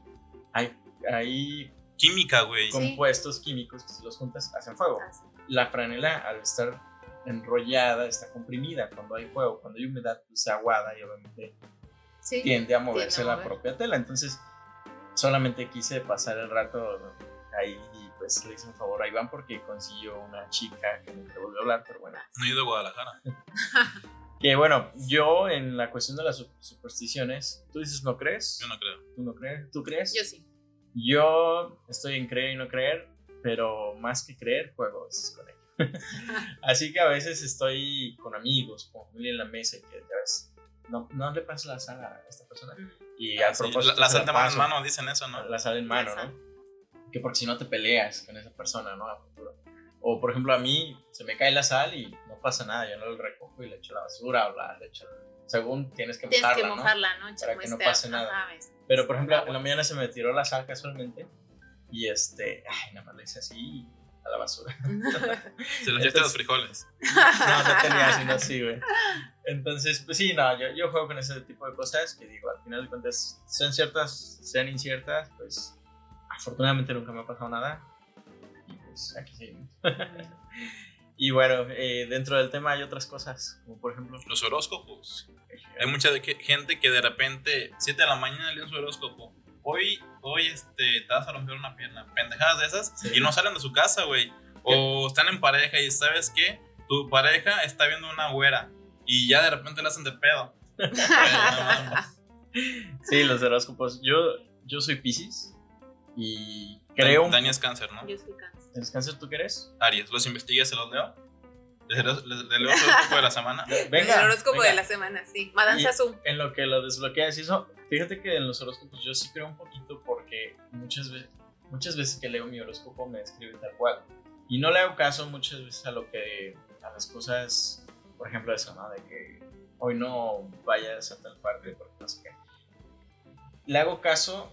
hay Química, güey. compuestos químicos que si los juntas hacen fuego. La franela, al estar enrollada, está comprimida cuando hay fuego. Cuando hay humedad, pues se aguada y obviamente Sí. tiende a moverse Tiende a la mover. propia tela. Entonces, solamente quise pasar el rato ahí y pues le hice un favor a Iván porque consiguió una chica que nunca volvió a hablar, pero bueno. No he ido a Guadalajara. Que bueno, yo en la cuestión de las supersticiones, tú dices no crees, Yo no creo. tú no crees, ¿tú crees? Yo sí. Yo estoy en creer y no creer, pero más que creer, juego a veces con ella. Así que a veces estoy con amigos, con familia en la mesa y que ya ves, no le pases la sal a esta persona. Y al Sí, propósito la se sal de mano en paso. mano dicen eso, ¿no? La sal en mano, La sal. ¿no? Que porque si no te peleas con esa persona, ¿no? A futuro. O por ejemplo a mí se me cae la sal y no pasa nada, yo no lo recojo y le echo la basura o le echo, según tienes que Tienes mojarla, que mojarla, ¿no? Para que no Este, pase nada. ajá, ves. Pero por ejemplo en la mañana se me tiró la sal casualmente y nada más le hice así a la basura. Se los echaste a los frijoles. No tenía sino así, güey. Entonces, pues sí, no, yo juego con ese tipo de cosas que digo, al final de cuentas, sean ciertas, sean inciertas, pues afortunadamente nunca me ha pasado nada. Y pues aquí seguimos. Y bueno, dentro del tema hay otras cosas, como por ejemplo... Los horóscopos. Hay mucha gente que de repente, 7 de la mañana lee un horóscopo. Hoy te vas a romper una pierna. Pendejadas de esas. Sí. Y no salen de su casa, güey. O están en pareja y ¿sabes qué? Tu pareja está viendo una güera. Y ya de repente la hacen de pedo. Güey, no mames. Sí, los horóscopos. Yo soy Piscis y creo... Dani es cáncer, ¿no? Yo soy cáncer. ¿Tienes cáncer tú qué eres? Aries, los investigué, se los leo. Les leo el horóscopo de la semana. Venga, el horóscopo venga. de la semana, sí. Madame Y Sassou. en lo que lo desbloqueas y eso, fíjate que en los horóscopos yo sí creo un poquito porque muchas veces que leo mi horóscopo me describe tal cual. Y no le hago caso muchas veces a las cosas, por ejemplo eso, ¿no? De que hoy no vayas a tal parte porque no sé qué. Le hago caso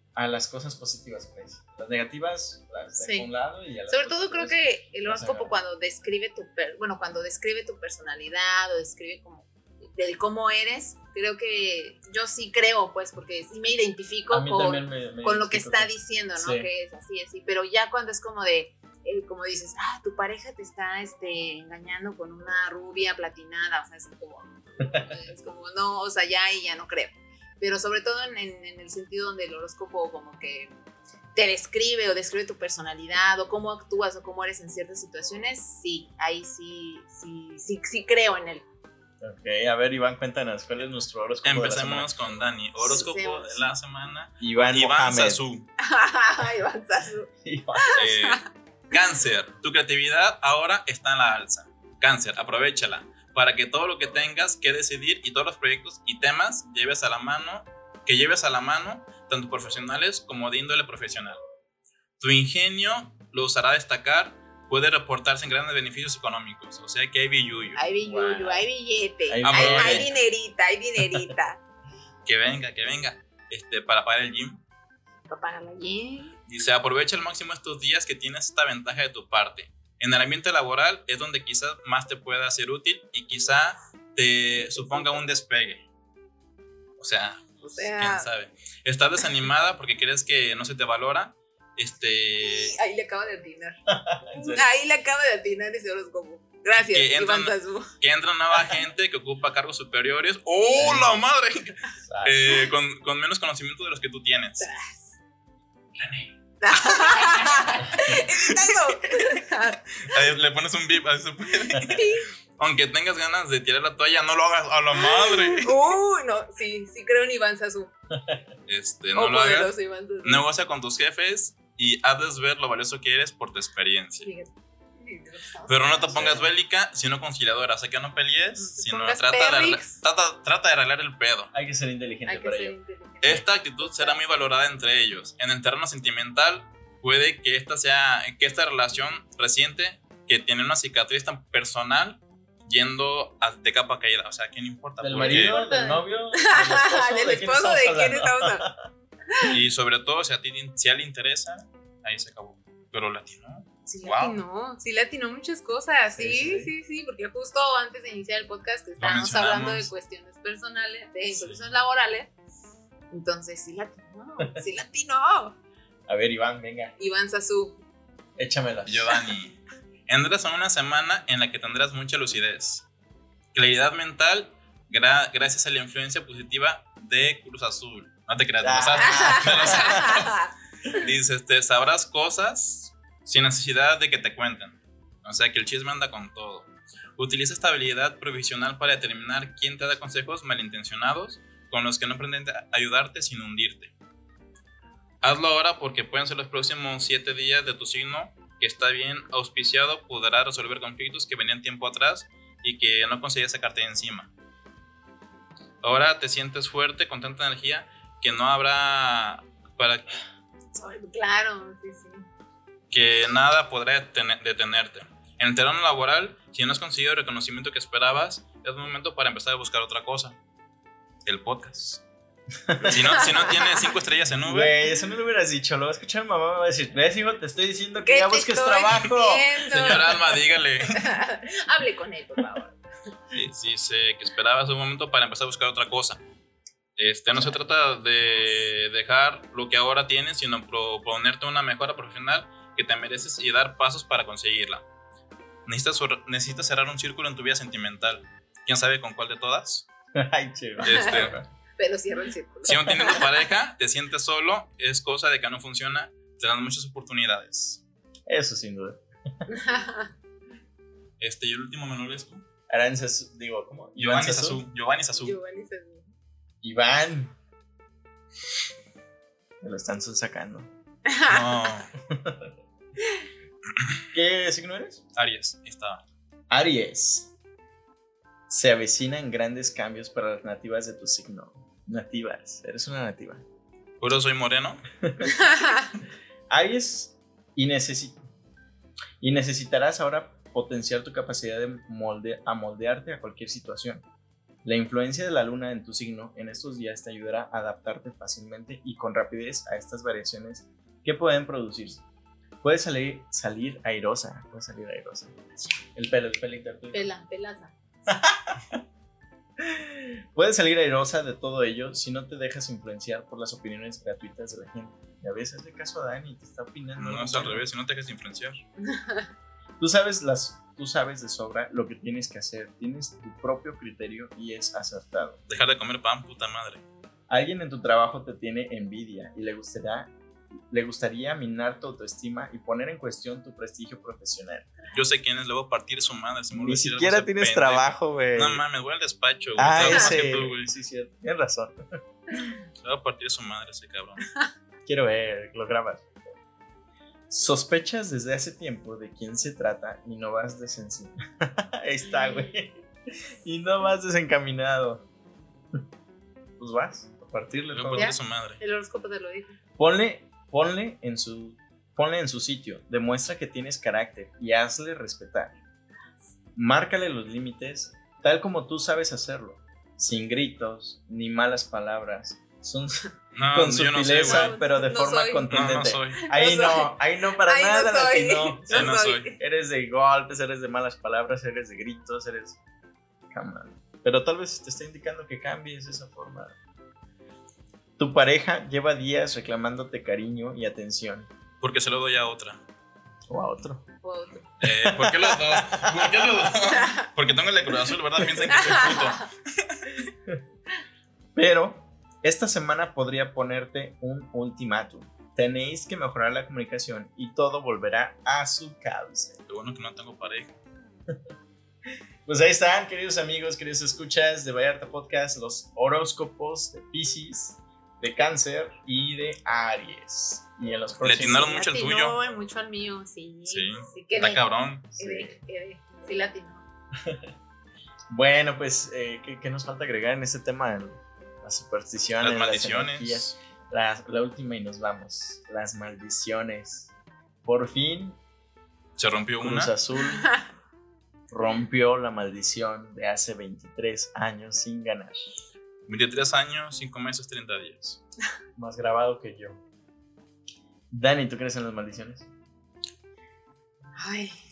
a las cosas positivas, pues. Las negativas las dejo a un lado y a las sobre todo creo positivas, que el horóscopo cuando describe cuando describe tu personalidad o describe como del cómo eres, creo que yo sí creo, pues, porque sí me identifico a mí también me con lo que identifico está diciendo, ¿no? Sí. Que es así, pero ya cuando es como de, como dices, tu pareja te está engañando con una rubia platinada, o sea, es como no, o sea, ya no creo. Pero sobre todo en el sentido donde el horóscopo como que te describe o describe tu personalidad o cómo actúas o cómo eres en ciertas situaciones, sí, ahí sí creo en él. Ok, a ver, Iván, cuéntanos, ¿cuál es nuestro horóscopo Empecemos con Dani. Horóscopo de la semana. Iván Mohamed. Sazú. Iván Sazú. Cáncer, tu creatividad ahora está en la alza. Cáncer, aprovéchala para que todo lo que tengas que decidir y todos los proyectos y temas lleves a la mano, tanto profesionales como de índole profesional. Tu ingenio lo usará a destacar, puede reportarse en grandes beneficios económicos, o sea que hay billuyo. Hay billuyo, Wow. hay billete, Hay hay dinerita. Que venga, para pagar el gym. Para pagar la gym. Dice, aprovecha al máximo estos días que tienes esta ventaja de tu parte. En el ambiente laboral es donde quizás más te pueda ser útil y quizá te suponga un despegue. O sea, quién sabe. Estás desanimada porque crees que no se te valora. Ahí le acabo de atinar. ¿En serio? Ahí le acabo de atinar ese horóscopo. Gracias, Iván Sazú. Que entra nueva gente que ocupa cargos superiores. ¡Oh, la madre! Con menos conocimiento de los que tú tienes. René. Ahí le pones un bip, así se puede. Aunque tengas ganas de tirar la toalla, no lo hagas a la madre. No, sí creo en Iván Sazú. No lo hagas. Iván Sazú. Negocia con tus jefes y hazles ver lo valioso que eres por tu experiencia. Pero no te pongas bélica, sino conciliadora. O sea, que no pelees, sino trata de arreglar el pedo. Hay que ser inteligente para ello. Esta actitud será muy valorada entre ellos. En el terreno sentimental, puede que esta relación reciente, que tiene una cicatriz tan personal, yendo de capa caída. O sea, ¿quién importa? ¿Del Porque, marido? ¿Del novio? ¿Del esposo? ¿De quién estamos hablando? y sobre todo, si a él le interesa, ahí se acabó. Pero latino. Sí latinó muchas cosas, sí, porque justo antes de iniciar el podcast que estábamos hablando de cuestiones personales, de cuestiones laborales, entonces sí latinó. A ver, Iván, venga. Iván Sazú. Échamela. Giovanni, entras a una semana en la que tendrás mucha lucidez, claridad mental, gracias a la influencia positiva de Cruz Azul. No te creas, dices, sabrás cosas sin necesidad de que te cuenten. O sea que el chisme anda con todo. Utiliza esta habilidad profesional para determinar quién te da consejos malintencionados con los que no pretenden ayudarte sin hundirte. Hazlo ahora porque pueden ser los próximos 7 días de tu signo que está bien auspiciado, podrá resolver conflictos que venían tiempo atrás y que no conseguías sacarte de encima. Ahora te sientes fuerte, con tanta energía que no habrá Claro, sí. Que nada podrá detenerte. En el terreno laboral, si no has conseguido el reconocimiento que esperabas, es momento para empezar a buscar otra cosa. El podcast. Si no tienes 5 estrellas en nube. Güey, eso no lo hubieras dicho. Lo va a escuchar mi mamá, me va a decir, ¿ves, hijo? Te estoy diciendo que ya busques trabajo. Señora Alma, dígale. Hable con él, por favor. Sí, sé que esperabas un momento para empezar a buscar otra cosa. No se trata de dejar lo que ahora tienes, sino proponerte una mejora profesional que te mereces y dar pasos para conseguirla. Necesitas cerrar un círculo en tu vida sentimental. ¿Quién sabe con cuál de todas? Ay, chido. Pero cierro el círculo. Si aún teniendo pareja, te sientes solo, es cosa de que no funciona, te dan muchas oportunidades. Eso sin duda. Y el último menorezco. Aranzas, digo, ¿cómo? Giovanni Sazú. Iván. Me lo están sacando. No. ¿Qué signo eres? Aries, ahí estaba. Aries. Se avecinan grandes cambios para las nativas de tu signo. Nativas, eres una nativa. ¿Puro soy moreno? Aries, y necesitarás ahora potenciar tu capacidad de moldearte a cualquier situación. La influencia de la luna en tu signo en estos días te ayudará a adaptarte fácilmente y con rapidez a estas variaciones que pueden producirse. Puedes salir airosa. El pelito. Pelaza. Puedes salir airosa de todo ello si no te dejas influenciar por las opiniones gratuitas de la gente. Y a veces hazle caso a Dani, te está opinando. No, es al revés, si no te dejes influenciar. Tú sabes de sobra lo que tienes que hacer. Tienes tu propio criterio y es acertado. Dejar de comer pan, puta madre. Alguien en tu trabajo te tiene envidia y le gustaría minar tu autoestima y poner en cuestión tu prestigio profesional. Yo sé quién es, le voy a partir su madre. Ni siquiera tienes trabajo, güey. No mames, voy al despacho, güey. Ese. Sí, cierto. Tienes razón. Le voy a partir su madre ese cabrón. Quiero ver, lo grabas. Sospechas desde hace tiempo de quién se trata y no vas Ahí está, güey. Y no vas desencaminado. Pues vas a partirle Le todo. voy a partir su madre. El horóscopo te lo dijo. Ponle en su sitio. Demuestra que tienes carácter y hazle respetar. Márcale los límites tal como tú sabes hacerlo. Sin gritos ni malas palabras. Con sutileza, no sé, pero de forma soy. contundente. No soy. Ahí no, para Ahí nada, no soy. latino. Sí, no soy. Eres de golpes, eres de malas palabras, eres de gritos, eres... Cámara. Pero tal vez te está indicando que cambies esa forma. Tu pareja lleva días reclamándote cariño y atención. Porque se lo doy a otra. O a otro. ¿Por qué los dos? Porque tengo el de Cruz Azul, ¿verdad? Piensan que soy puto. Pero esta semana podría ponerte un ultimátum. Tenéis que mejorar la comunicación y todo volverá a su cauce. Lo bueno que no tengo pareja. Pues ahí están, queridos amigos, queridos escuchas de Vallarta Podcast, los horóscopos de Piscis, de Cáncer y de Aries. Y en los próximos... Le atinaron mucho el tuyo. Mucho al mío, sí. Sí, quedé. está cabrón. Sí, latino. Bueno, pues, ¿qué nos falta agregar en este tema? Las supersticiones, Las maldiciones. energías. La última y nos vamos. Las maldiciones. Por fin, Se rompió Cruz una. Azul rompió la maldición de hace 23 años sin ganar. 23 años, 5 meses, 30 días. Más grabado que yo. Dani, ¿tú crees en las maldiciones? Ay,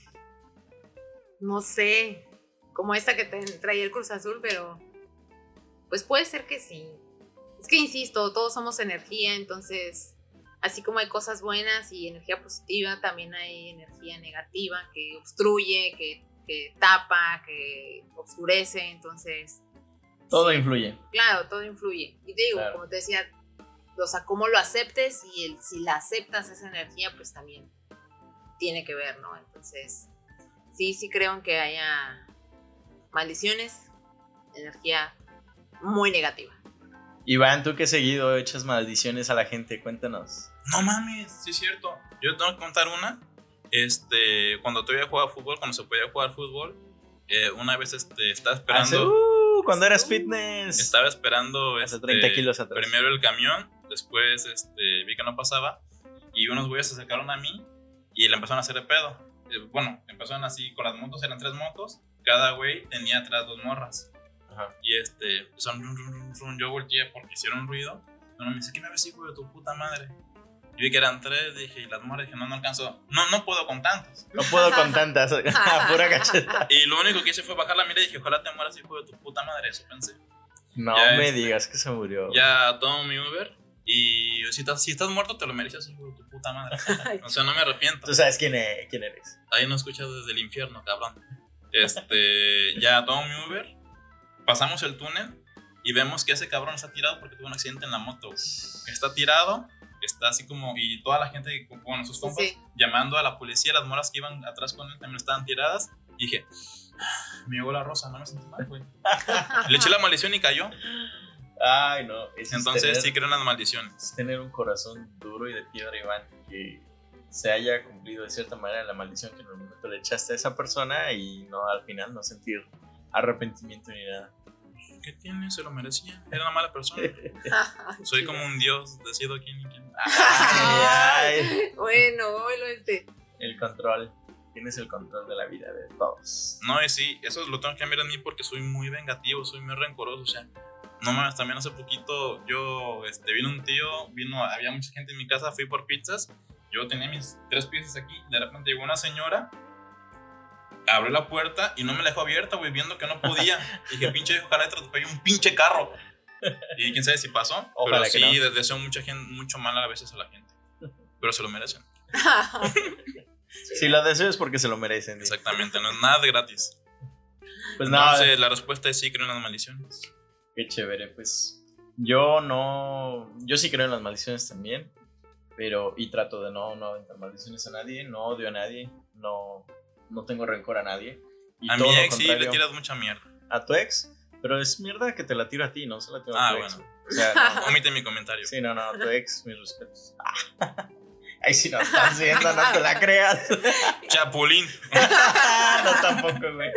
no sé, como esta que traía el Cruz Azul, pero pues puede ser que sí. Es que insisto, todos somos energía, entonces así como hay cosas buenas y energía positiva, también hay energía negativa que obstruye, que tapa, que oscurece, entonces... Todo sí, influye. Claro, todo influye. Y te digo, Claro. como te decía, o sea, cómo lo aceptes y si la aceptas esa energía, pues también tiene que ver, ¿no? Entonces, sí creo en que haya maldiciones, energía muy negativa. Iván, tú que seguido echas maldiciones a la gente, cuéntanos. No mames, sí es cierto. Yo tengo que contar una. Cuando todavía jugaba fútbol, cuando se podía jugar fútbol, una vez estaba esperando. Cuando eras fitness. Estaba esperando Hace 30 kilos atrás. primero el camión, después vi que no pasaba y unos güeyes se acercaron a mí y le empezaron a hacer de pedo. Bueno, empezaron así con las motos, eran 3 motos, cada güey tenía atrás 2 morras. Ajá. Y empezaron run, yo volteé porque hicieron ruido. Uno me dice, ¿qué me ves, hijo de tu puta madre? Y vi que eran 3, dije, y las morras, dije, no alcanzo, no puedo con tantas. No puedo con tantas, pura cacheta. Y lo único que hice fue bajar la mirada y dije, ojalá te mueras, hijo de tu puta madre, eso pensé. No Ya me digas que se murió. Ya tomo mi Uber y si estás muerto te lo mereces, hijo de tu puta madre. O sea, no me arrepiento. Tú sabes quién eres. Ahí no escuchas desde el infierno, cabrón. Ya tomo mi Uber, pasamos el túnel y vemos que ese cabrón está tirado porque tuvo un accidente en la moto. Está tirado, está así como, y toda la gente, bueno, sus compas, Sí. llamando a la policía, las moras que iban atrás con él también estaban tiradas. Y dije, me llegó la rosa, no me sentí mal, güey. Le eché la maldición y cayó. Ay, no. Eso Entonces sí creo en las maldiciones. es tener un corazón duro y de piedra, Iván, que se haya cumplido de cierta manera la maldición que en un momento le echaste a esa persona y no al final no sentir arrepentimiento ni nada. ¿Qué tiene? Se lo merecía. Era una mala persona. Soy como un dios, decido quién y quién. Ay, Bueno, el control. tienes el control de la vida de todos. No, y sí, eso lo tengo que cambiar en mí porque soy muy vengativo, soy muy rencoroso, o sea, no mames, también hace poquito yo, vino un tío, había mucha gente en mi casa, fui por pizzas, yo tenía mis 3 piezas aquí, de repente llegó una señora, abrió la puerta y no me la dejó abierta, güey, viendo que no podía, y dije, pinche viejo, ojalá te atropelle un pinche carro, y quién sabe si pasó, Ojalá pero sí, no. deseo mucho mal a veces a la gente, pero se lo merecen. Si lo deseo es porque se lo merecen. Exactamente, no es nada de gratis. Pues nada. Entonces, la respuesta es sí, creo en las maldiciones. Qué chévere, pues yo sí creo en las maldiciones también, pero y trato de no aventar maldiciones a nadie, no odio a nadie, no tengo rencor a nadie. Y a todo mi lo ex sí le contrario, tiras mucha mierda. ¿A tu ex? Pero es mierda que te la tiro a ti, no se la tiro a tu ex. Bueno. O sea, Omite mi comentario. Sí, no, tu ex, mis respetos. Ahí sí no estás viendo, no te la creas. Chapulín. No, tampoco, güey.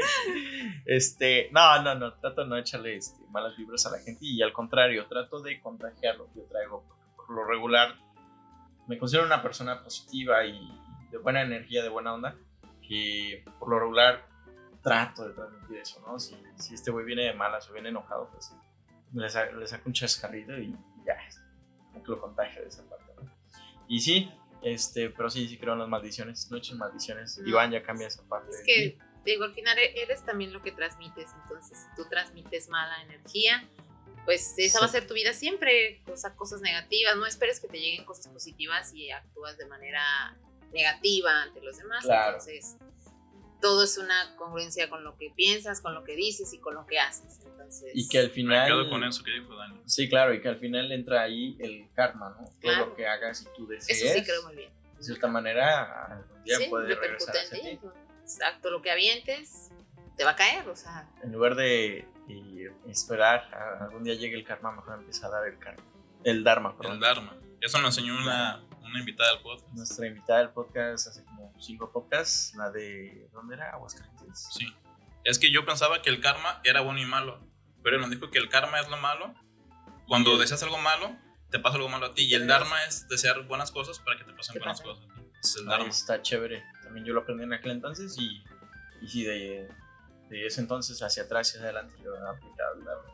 No, trato de no echarle malas vibras a la gente y al contrario, trato de contagiar lo que yo traigo. Por lo regular, me considero una persona positiva y de buena energía, de buena onda, que por lo regular trato de transmitir eso, ¿no? Si este güey viene de malas o viene enojado, pues le saco un chascarrillo y ya, como que lo contagio de esa parte, ¿no? Y sí, pero sí creo en las maldiciones, no echen maldiciones. No. Iván ya cambia esa parte. Es que, digo, al final eres también lo que transmites, entonces si tú transmites mala energía, pues esa va a ser tu vida siempre, cosas negativas, no esperes que te lleguen cosas positivas y actúas de manera negativa ante los demás, claro. Entonces todo es una congruencia con lo que piensas, con lo que dices y con lo que haces, entonces... Y que al final... Me quedo con eso que dijo Dani. Sí, claro, y que al final entra ahí el karma, ¿no? Claro. Todo lo que hagas y tú desees. Eso sí creo muy bien. De cierta manera, algún día Sí, puede regresar repercute hacia en ti. ti. Exacto, lo que avientes te va a caer, o sea... En lugar de esperar a algún día llegue el karma, mejor empieza a dar el karma. El dharma, perdón. El Dharma. Eso nos enseñó una invitada del podcast. Nuestra invitada del podcast hace como 5 podcasts, la de... ¿Dónde era? Aguascalientes. Sí. Es que yo pensaba que el karma era bueno y malo, pero él nos dijo que el karma es lo malo. Cuando deseas algo malo, te pasa algo malo a ti. Y el Dharma es desear buenas cosas para que te pasen buenas cosas a ti. Es el Dharma. Está chévere. También yo lo aprendí en aquel entonces y sí, de ese entonces hacia atrás y hacia adelante yo he aplicado el Dharma.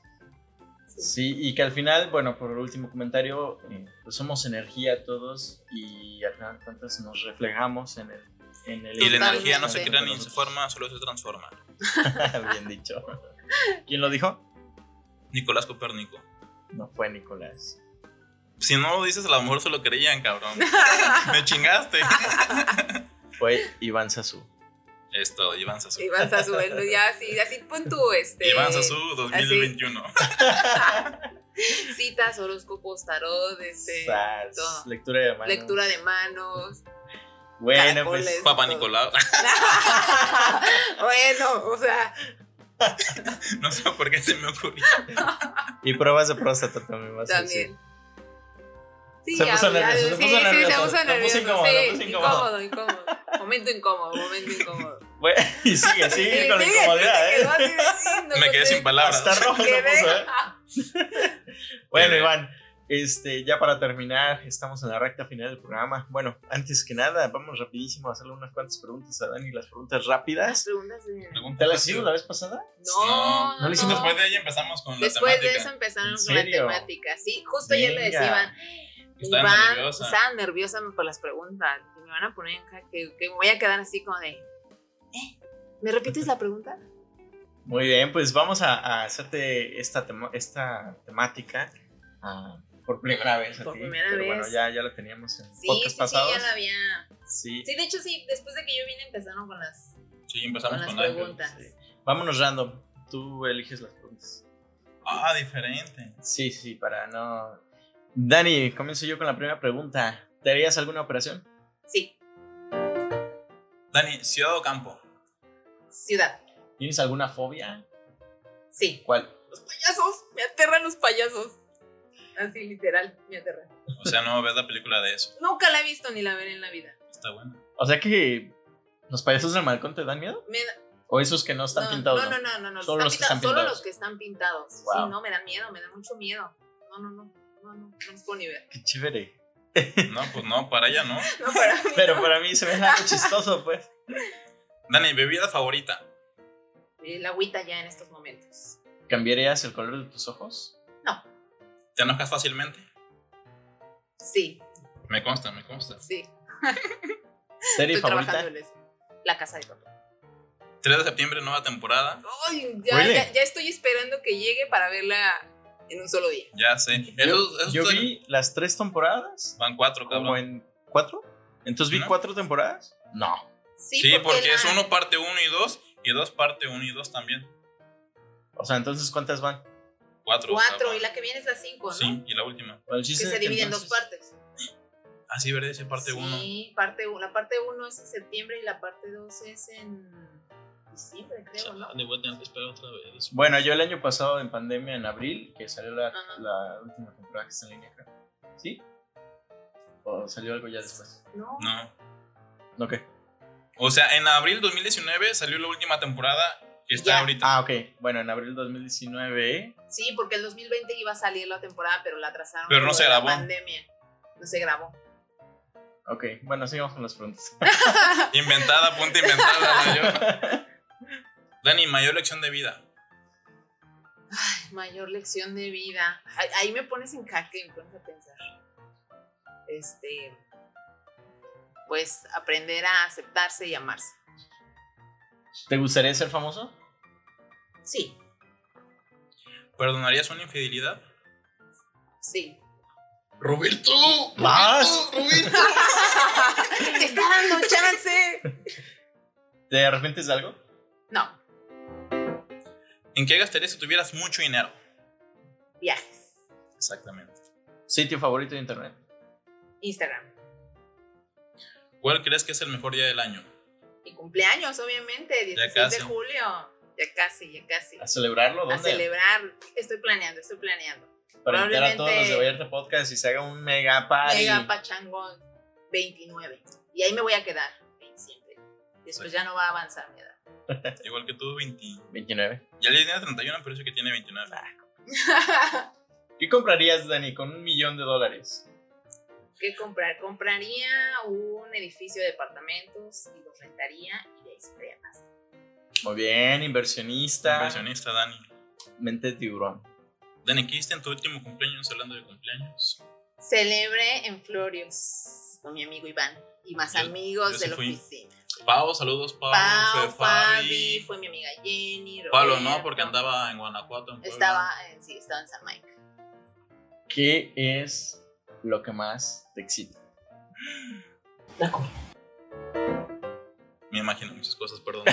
Sí, y que al final, bueno, por el último comentario, pues somos energía todos y al final de cuentas nos reflejamos en el Y la Totalmente. energía no se crea ni se forma, solo se transforma. Bien dicho. ¿Quién lo dijo? Nicolás Copérnico. No fue Nicolás. Si no lo dices, a lo mejor se lo creían, cabrón. Me chingaste. Fue Iván Sasú. Esto, Iván Sasú. Iván Sasú, ya así pon tú Iván Sasú 2021. citas, horóscopos, tarot, Sas, todo. lectura de manos. Lectura de manos. Bueno, caracoles. pues Papá Nicolau. Bueno, o sea, No sé por qué se me ocurrió. y pruebas de próstata también vas a decir. también. Sí, Se puso nervioso, se puso nervioso. Incómodo. Momento incómodo. Bueno, y sigue con la Sí, incomodidad, se quedó así de, no Me quedé sé. sin palabras. Hasta rojo se Quedé- puso, Bueno, Iván, ya para terminar, estamos en la recta final del programa. Bueno, antes que nada, vamos rapidísimo a hacerle unas cuantas preguntas a Dani, las preguntas Las rápidas. preguntas de... ¿Te las hicimos la vez pasada? No, no le hicimos Después de ahí empezamos con la Después temática. de eso empezaron ¿En con la serio? temática. Sí, justo ayer le Venga. decían, Estaba Iván, nerviosa. estaba nerviosa por las preguntas. Y me van a poner en jaque, que me voy a quedar así como de, ¿me repites la pregunta? Muy bien, pues vamos a hacerte esta temática por primera vez. Por ti, primera pero vez. Bueno, ya la teníamos en Sí, podcast pasados. ya la había... Sí. Sí, de hecho sí, después de que yo vine empezaron con las Sí, empezamos con con las Ángel. preguntas. Sí. Vámonos random. Tú eliges las preguntas. Ah, diferente. Sí, para no... Dani, comienzo yo con la primera pregunta. ¿Te harías alguna operación? Sí, Dani, ¿ciudad o campo? ciudad. ¿Tienes alguna fobia? Sí. ¿Cuál? Los payasos, me aterran los payasos. Así literal, me aterran. O sea, no ves la película de eso. Nunca la he visto ni la veré en la vida. Está bueno. O sea que los payasos del balcón te dan miedo. Me da- ¿O esos que no están pintados? No. Solo los que están Solo pintados. los que están pintados. Wow. Sí, no, me da miedo, me da mucho miedo. No los puedo ni ver. Qué chévere. No, pues no, para ella no. No, para mí Pero no. para mí se me hace algo chistoso, pues. Dani, bebida favorita. La agüita ya en estos momentos. ¿Cambiarías el color de tus ojos? No, ¿Te enojas fácilmente? sí, Me consta. sí. ¿Serie Estoy favorita? trabajando en eso. La Casa de Papel. 3 de septiembre, nueva temporada. Ay, ya, Really? ya estoy esperando que llegue para verla en un solo día. Ya sé. Yo vi las 3 temporadas. Van 4, ¿Como cabrón. en 4? ¿Entonces vi ¿No? 4 temporadas? No. Sí, porque la- es 1 parte 1 y 2, y 2 parte 1 y 2 también. O sea, entonces, ¿cuántas van? 4. 4 y la que viene es la 5, ¿no? Sí, y la última. Bueno, el Que chiste se es que divide en 2 entonces- partes. Ah, sí, ¿verdad? Dice parte 1. Sí, parte la parte 1 es en septiembre y la parte 2 es en diciembre, creo, ¿no? Voy a tener que esperar otra vez. Bueno, yo el año pasado en pandemia, en abril, que salió la Ajá. última temporada que está en línea, creo. ¿Sí? ¿O salió algo ya después? No. No. ¿No qué? O sea, en abril 2019 salió la última temporada que está Ya. ahorita. Ah, ok. Bueno, en abril 2019. Sí, porque el 2020 iba a salir la temporada, pero la atrasaron. Pero no por se la grabó. pandemia. No se grabó. Ok, bueno, sigamos con las preguntas. Inventada, punta inventada. Yo. Dani, mayor lección de vida. Ay, mayor lección de vida. Ahí me pones en jaque, me pones a pensar. Pues aprender a aceptarse y amarse. ¿Te gustaría ser famoso? Sí, ¿Perdonarías una infidelidad? sí. ¡Roberto! ¡Más! ¡Roberto! ¡Te está dando chance! ¿Te arrepientes de algo? No, ¿En qué gastarías si tuvieras mucho dinero? viajes. Exactamente. ¿Sitio favorito de internet? Instagram. ¿Cuál crees que es el mejor día del año? Mi cumpleaños, obviamente, 16 de casi. julio. Ya casi. ¿A celebrarlo? A ¿Dónde? celebrar. Estoy planeando. Para invitar a todos los de probablemente- Vallarta Podcast y se haga un mega party. Mega Pachangón 29. Y ahí me voy a quedar siempre. Después ya no va a avanzar mi edad. Igual que tú, 20. 29. Ya le tiene 31, pero dice que tiene 29. ¿Qué comprarías, Dani, con $1 millón? ¿Qué comprar? Compraría un edificio de departamentos y los rentaría y de ahí se traía más. Muy bien, inversionista. Inversionista, Dani. Mente de tiburón. Dani, ¿qué hiciste en tu último cumpleaños hablando de cumpleaños? Celebré en Florios con mi amigo Iván y más Yo amigos sí de la fui. oficina. Pau, saludos, Pau. Pau, fue Fabi, fue mi amiga Jenny. Pablo Roberto. no, porque andaba en Guanajuato. En Puebla. Estaba en San Mike. ¿Qué es lo que más te excita? La comida. Me imagino muchas cosas, perdón.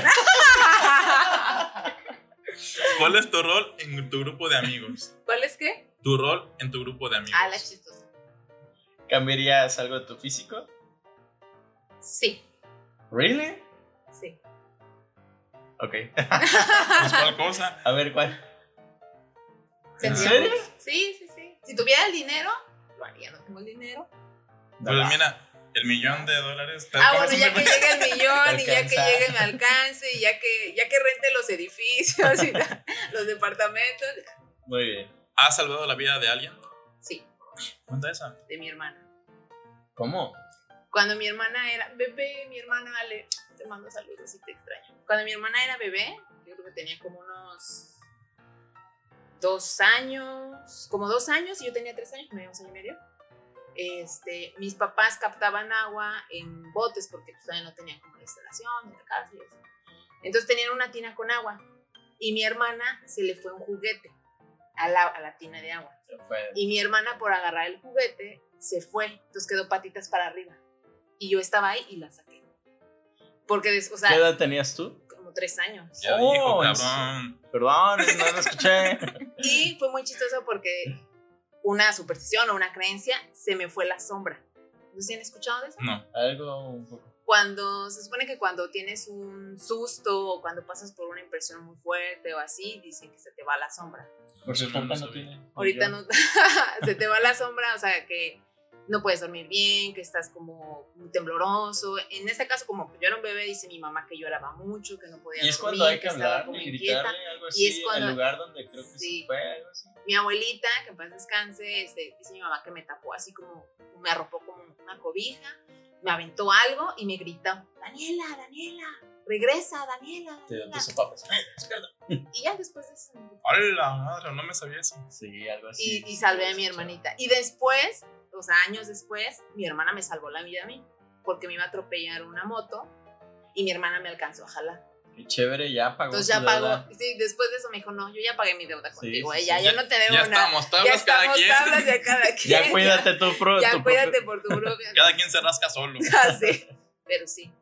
¿Cuál es tu rol en tu grupo de amigos? ¿Cuál es qué? Tu rol en tu grupo de amigos. Ah, la chistosa. ¿Cambiarías algo de tu físico? Sí, ¿Really? sí. Ok. Pues, ¿cuál cosa? A ver, ¿cuál? ¿En Sería- serio? Sí. Si tuviera el dinero, lo haría. No tengo el dinero. Pues mira, $1 millón. Ah, bueno, ya que llegue el millón y ya que Alcanza. llegue el alcance y ya que rente los edificios y los departamentos. Muy bien. ¿Has salvado la vida de alguien? Sí, Cuenta esa. de mi hermana. ¿Cómo? Cuando mi hermana era bebé, mi hermana Ale, te mando saludos y te extraño. Cuando mi hermana era bebé, yo creo que tenía como unos 2 años, como 2 años y yo tenía 3 años, me 2 años y medio. Mis papás captaban agua en botes porque pues, todavía no tenían como la instalación en la casa y eso. Entonces tenían una tina con agua y mi hermana se le fue un juguete a la tina de agua. Se fue. Y mi hermana por agarrar el juguete se fue, entonces quedó patitas para arriba. Y yo estaba ahí y la saqué. Porque, o sea, ¿Qué edad tenías tú? como 3 años. Ya Oh, dijo, ¿en cabrón. Perdón, no lo escuché. Y fue muy chistoso porque una superstición o una creencia, se me fue la sombra. ¿No se han escuchado de eso? No. Algo un poco. Se supone que cuando tienes un susto o cuando pasas por una impresión muy fuerte o así, dicen que se te va la sombra. Por si Eso no lo no sabía. tiene. Ahorita no, se te va la sombra, o sea que no puedes dormir bien, que estás como muy tembloroso. En este caso, como yo era un bebé, dice mi mamá que lloraba mucho, que no podía Y es dormir, cuando hay que estaba hablar como y inquieta. gritarle algo Y así es cuando- al lugar donde creo que sí. se fue, algo así. Mi abuelita, que en paz descanse, dice mi mamá que me tapó así como, me arropó como una cobija, me aventó algo y me gritó, Daniela, regresa, Daniela. Te dio tus papas. Y ya después de eso. ¡Hola, madre! No me sabía eso. Sí, algo así. Y salvé a mi hermanita. Y después, o sea, años después, mi hermana me salvó la vida a mí, porque me iba a atropellar una moto y mi hermana me alcanzó a jalar. Qué chévere, ya pagó. Entonces ya pagó. Sí, después de eso me dijo, no, yo ya pagué mi deuda contigo. Sí, ya no te debo ya nada. Estamos tablas cada quien. Tablas de cada quien. Ya cuídate tú, Ya cuídate por tu propio. Cada quien se rasca solo. Sí. Pero sí.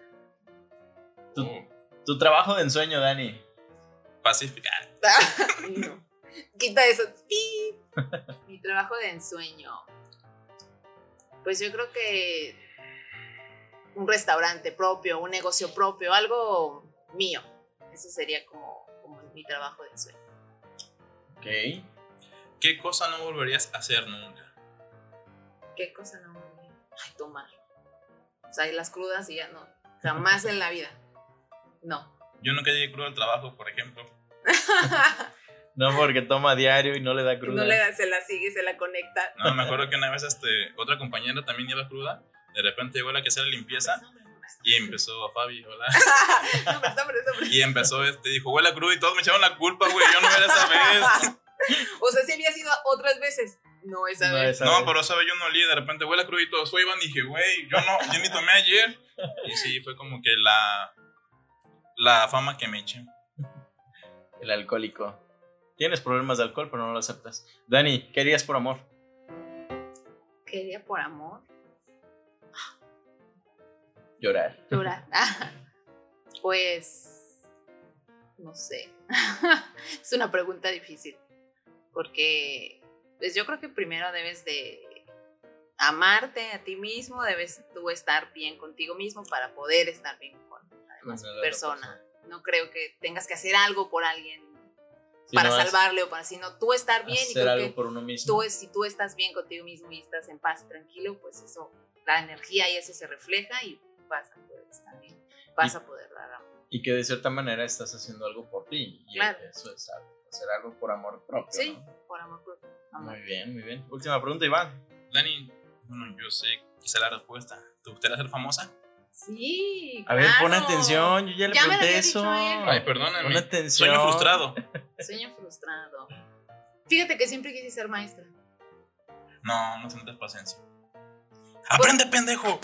Tu trabajo de ensueño, Dani. Pacificar. No. Quita eso. Mi trabajo de ensueño. Pues yo creo que un restaurante propio, un negocio propio, algo mío. Eso sería como mi trabajo de ensueño. Ok. ¿Qué cosa no volverías a hacer nunca? ¿Qué cosa no volvería? Ay, tomar. O sea, las crudas y ya no. Jamás en la vida. No. Yo nunca llegué crudo al trabajo, por ejemplo. No, porque toma diario y no le da cruda. No le da, se la sigue, se la conecta. No, me acuerdo que una vez otra compañera también iba cruda. De repente llegó la que hacía la limpieza y empezó a Fabi, hola. No. Y empezó, dijo, huele a crudo y todos me echaron la culpa, güey. Yo no era esa vez. O sea, si había sido otras veces. No, esa vez. No, pero esa vez yo no olí. De repente huele a crudo y todos iban y dije, güey, yo ni tomé ayer. Y sí, fue como que la fama que me eché. El alcohólico. Tienes problemas de alcohol, pero no lo aceptas. Dani, ¿qué harías por amor? ¿Qué haría por amor? Llorar. Pues, no sé. Es una pregunta difícil. Porque, pues yo creo que primero debes de amarte a ti mismo, debes tú estar bien contigo mismo para poder estar bien con la demás persona. No creo que tengas que hacer algo por alguien para salvarle o para, sino tú estar bien. Hacer y algo por uno mismo. Si tú estás bien contigo mismo y estás en paz y tranquilo, pues eso, la energía y eso se refleja y vas a poder estar bien, vas a poder dar amor. Y que de cierta manera estás haciendo algo por ti. Y claro. Eso es hacer algo por amor propio. Sí, ¿no? por amor propio. Amor. Muy bien, muy bien. Última pregunta, Iván. Dani, bueno, yo sé quizá la respuesta. ¿Te gustaría ser famosa? Sí, A ver, pon atención, yo ya le pregunté eso. Ay, perdóname. Pon atención. Sueño frustrado. Sueño frustrado. Fíjate que siempre quise ser maestra. No tendrás paciencia. ¡Aprende, pendejo!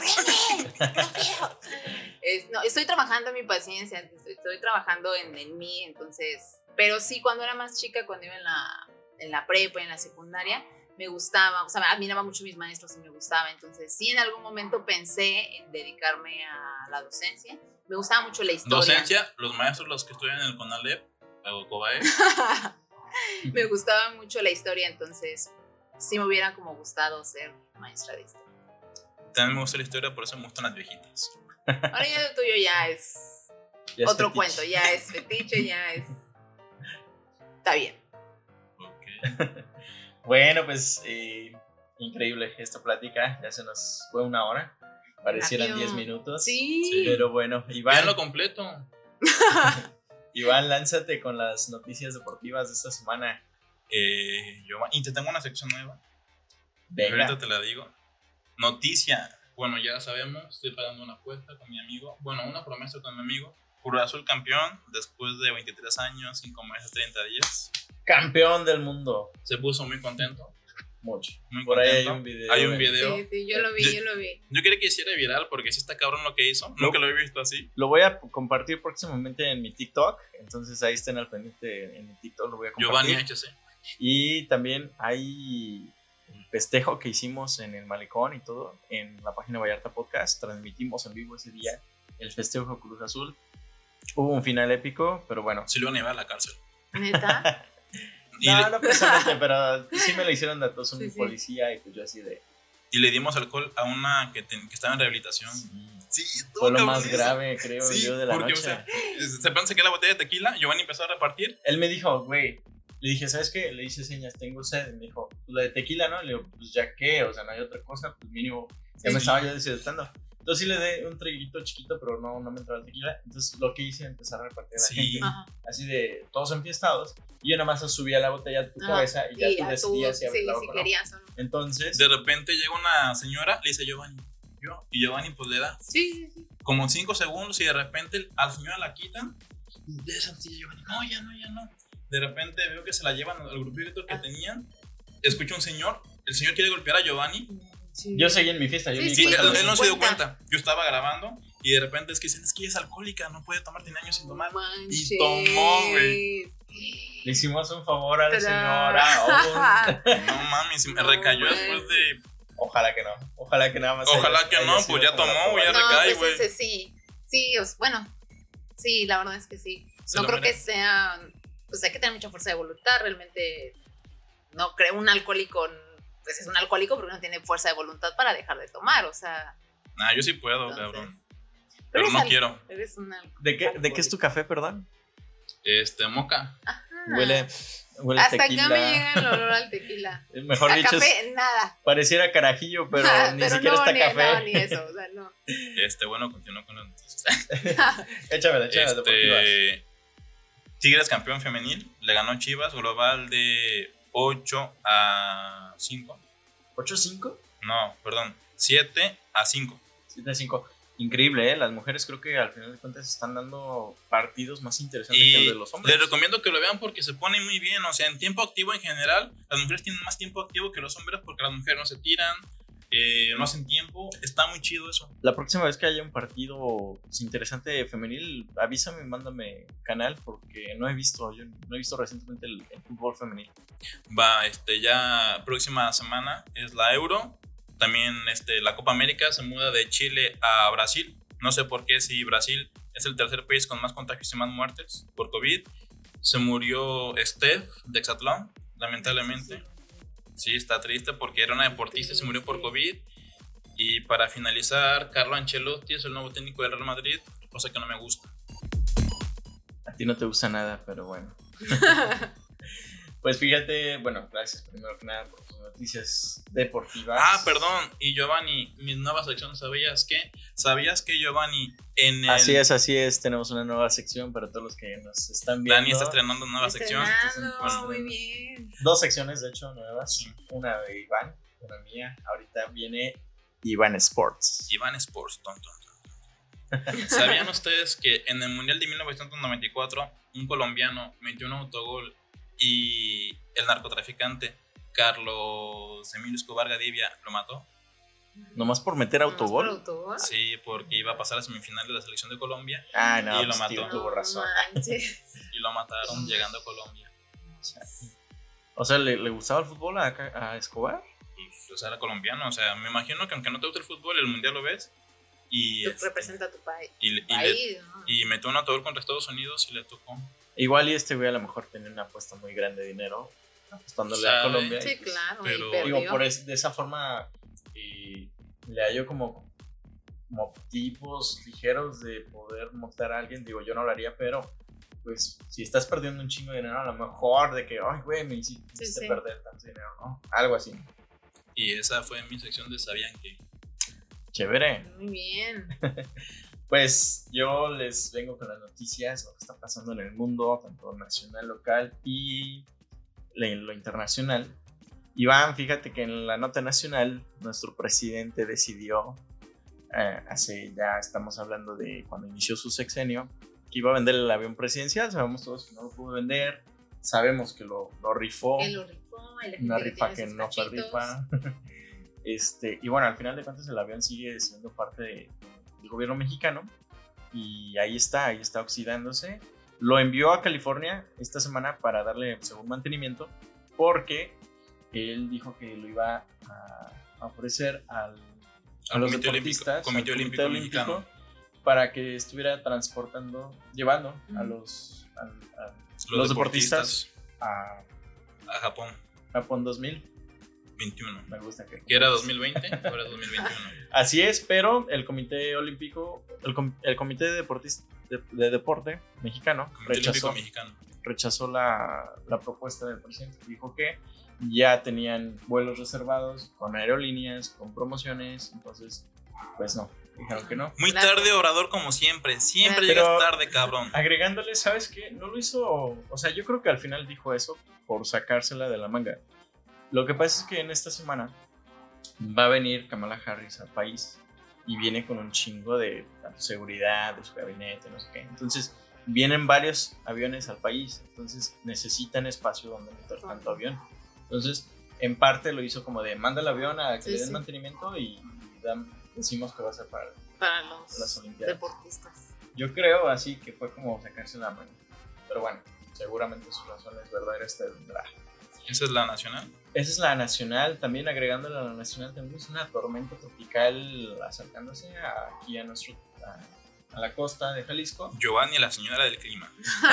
No, estoy trabajando en mi paciencia, estoy trabajando en mí, entonces. Pero sí, cuando era más chica, cuando iba en la prepa, en la secundaria, me gustaba, o sea, admiraba mucho a mis maestros y me gustaba. Entonces, sí, en algún momento pensé en dedicarme a la docencia. Me gustaba mucho la historia. Docencia, los maestros, los que estudian en el CONALEP o COBAE. Me gustaba mucho la historia, entonces sí me hubiera como gustado ser maestra de historia. También me gusta la historia, por eso me gustan las viejitas. Ahora ya lo tuyo ya es otro cuento, ya es fetiche, ya es... Está bien. Ok. Bueno, pues increíble esta plática. Ya se nos fue una hora. Parecieran 10 minutos. Sí. Pero bueno, Iván. Vean lo completo. Iván, lánzate con las noticias deportivas de esta semana. Y te tengo una sección nueva. Venga. Ahorita te la digo. Noticia. Bueno, ya sabemos, estoy pagando una apuesta con mi amigo. Bueno, una promesa con mi amigo. Cruz Azul campeón después de 23 años, 5 meses, 30 días. Campeón del mundo. Se puso muy contento. Mucho. Muy Por contento. ahí hay un video. Hay un video. Sí, yo lo vi. Yo quería que hiciera viral porque sí está cabrón lo que hizo. Nunca lo había visto así. Lo voy a compartir próximamente en mi TikTok. Entonces ahí estén al pendiente en mi TikTok. Lo voy a compartir. Giovanni HC. Y también hay un festejo que hicimos en el Malecón y todo. En la página Vallarta Podcast. Transmitimos en vivo ese día el festejo Cruz Azul. Hubo un final épico, pero bueno. Sí lo van a llevar a la cárcel. ¿Neta? No precisamente, pero sí me lo hicieron de todos un Sí. policía y pues yo así de... Y le dimos alcohol a una que estaba en rehabilitación. Sí, Fue lo más grave, creo Sí, yo, de la porque, noche. o sea, se pensa que la botella de tequila, Giovanni empezó a repartir. Él me dijo, güey, le dije, ¿sabes qué? Le hice señas, tengo sed. Y me dijo, pues la de tequila, ¿no? Le digo, pues ya qué, o sea, no hay otra cosa, pues mínimo. Ya me estaba yo deshidratando. Entonces sí le di un traguito chiquito, pero no me entraba el tequila. Entonces lo que hice, empezar a repartir a la gente. Ajá. Así de todos enfiestados. Y yo nada más subía la botella a tu cabeza y ya tú decidías si abrir la boca o no. querías o no. Entonces, De repente llega una señora, le dice Giovanni. Y Giovanni pues le da Sí. como 5 segundos y de repente a la señora la quitan. De esa silla Giovanni, no, ya no. De repente veo que se la llevan al grupito que tenían. Escucho un señor, el señor quiere golpear a Giovanni. Sí. yo seguí en mi fiesta. Sí, Sí, sí, él no se dio cuenta. cuenta. Yo estaba grabando y de repente es que dicen, es que ella es alcohólica, no puede tomar, tiene años sin tomar. Manches. Y tomó, güey. Le hicimos un favor a la Pero- señora. No mames, me No, recayó güey. después de... Ojalá que no. Ojalá que nada más. Ojalá que no, pues ya tomó, güey, ya No, recae, pues güey. ese sí. Sí, bueno. Sí, la verdad es que sí. Se No lo creo que merece. sea. Pues hay que tener mucha fuerza de voluntad. Realmente no creo un alcohólico. Pues es un alcohólico porque no tiene fuerza de voluntad para dejar de tomar. O sea. Nah, yo sí puedo, Entonces, cabrón. Pero no quiero. Eres un ¿De qué es tu café, perdón? Moca. Ajá. Huele Hasta tequila. acá me llega el olor al tequila. Mejor A dicho, café, nada. pareciera carajillo, pero ni Pero siquiera no, está ni, café. no, ni eso. O sea, no. Bueno, continúo con las noticias. Échame deportivas. Tigres campeón femenil, le ganó Chivas, global de 8-5. ¿8-5? No, perdón, 7-5. 7-5. Increíble, ¿eh? Las mujeres creo que al final de cuentas están dando partidos más interesantes que el Y de los hombres. les recomiendo que lo vean porque se pone muy bien. O sea, en tiempo activo en general, las mujeres tienen más tiempo activo que los hombres porque las mujeres no se tiran, no hacen tiempo. Está muy chido eso. La próxima vez que haya un partido interesante femenil, avísame, mándame canal porque yo no he visto recientemente el fútbol femenil. Va, ya próxima semana es la Euro. También la Copa América se muda de Chile a Brasil. No sé por qué, si Brasil es el tercer país con más contagios y más muertes por COVID. Se murió Steph de Exatlón, lamentablemente. Sí, está triste porque era una deportista y se murió por COVID. Y para finalizar, Carlo Ancelotti es el nuevo técnico del Real Madrid, cosa que no me gusta. A ti no te gusta nada, pero bueno. Pues fíjate, bueno, gracias primero que nada por tus noticias deportivas. Perdón, y Giovanni, mis nuevas secciones, ¿sabías que Giovanni en el... Así es, tenemos una nueva sección para todos los que nos están viendo. Dani está estrenando nueva sección. Estrenando, muy bien. 2 secciones, de hecho, nuevas. Sí. Una de Iván, una mía. Ahorita viene Iván Sports. Iván Sports, tonto. ¿Sabían ustedes que en el Mundial de 1994 un colombiano metió un autogol y el narcotraficante Carlos Emilio Escobar Gaviria lo mató? ¿Nomás por meter autogol? ¿Nomás por autogol? Sí, porque iba a pasar a semifinal de la selección de Colombia Ah, no, Y lo pues, mató. tío, tuvo razón. No manches. y lo mataron llegando a Colombia. O sea, ¿le gustaba el fútbol a Escobar? Pues, o sea, era colombiano. O sea, me imagino que aunque no te guste el fútbol, el mundial lo ves. Y, Representa a tu país. ¿No? y metió un autogol contra Estados Unidos y le tocó. Igual y este güey a lo mejor tenía una apuesta muy grande de dinero apostándole Sabe. a Colombia. Sí, y, pues, claro. pero- y perdió. digo, de esa forma le hallo como tipos ligeros de poder montar a alguien. Digo, yo no lo haría, pero pues si estás perdiendo un chingo de dinero, a lo mejor de que, ay, güey, me hiciste Sí. perder tanto dinero, ¿no? Algo así. Y esa fue mi sección de ¿Sabían que? Chévere. Muy bien. Pues yo les vengo con las noticias, lo que está pasando en el mundo, tanto nacional, local y lo internacional. Iván, fíjate que en la nota nacional nuestro presidente decidió, ya estamos hablando de cuando inició su sexenio, que iba a vender el avión presidencial. Sabemos todos que no lo pudo vender, sabemos que lo rifó, Que lo rifó. Y la gente una rifa tiene que sus no fue cachitos. rifa. Y bueno, al final de cuentas el avión sigue siendo parte del gobierno mexicano y ahí está oxidándose. Lo envió a California esta semana para darle según mantenimiento porque él dijo que lo iba a ofrecer a los Comité deportistas, Olímpico, Comité al Olímpico Mexicano. para que estuviera llevando a los deportistas a Japón Japón 2021. 21. Me gusta que Que era 2020, ahora es 2021. Así es, pero el Comité Olímpico, el Comité de Deporte Mexicano Comité Olímpico Mexicano. rechazó la propuesta del presidente. Dijo que ya tenían vuelos reservados con aerolíneas, con promociones, entonces, pues no. dijeron que no. Muy Claro. tarde, orador, como siempre. Siempre Pero- llegas tarde, cabrón. Agregándole, ¿sabes qué? No lo hizo, o sea, yo creo que al final dijo eso por sacársela de la manga. Lo que pasa es que en esta semana va a venir Kamala Harris al país y viene con un chingo de tanto seguridad, de su gabinete, no sé qué. Entonces, vienen varios aviones al país, entonces necesitan espacio donde meter tanto avión. Entonces, en parte lo hizo como de manda el avión a que Sí, le den sí. mantenimiento y decimos que va a ser para Para los las Olimpiadas. deportistas. Yo creo así que fue como sacarse la mano. Pero bueno, seguramente sus razones verdaderas tendrá. Esa es la nacional. Esa es la nacional, también agregándole a la nacional tenemos una tormenta tropical acercándose aquí a a la costa de Jalisco. Giovanni, la señora del clima.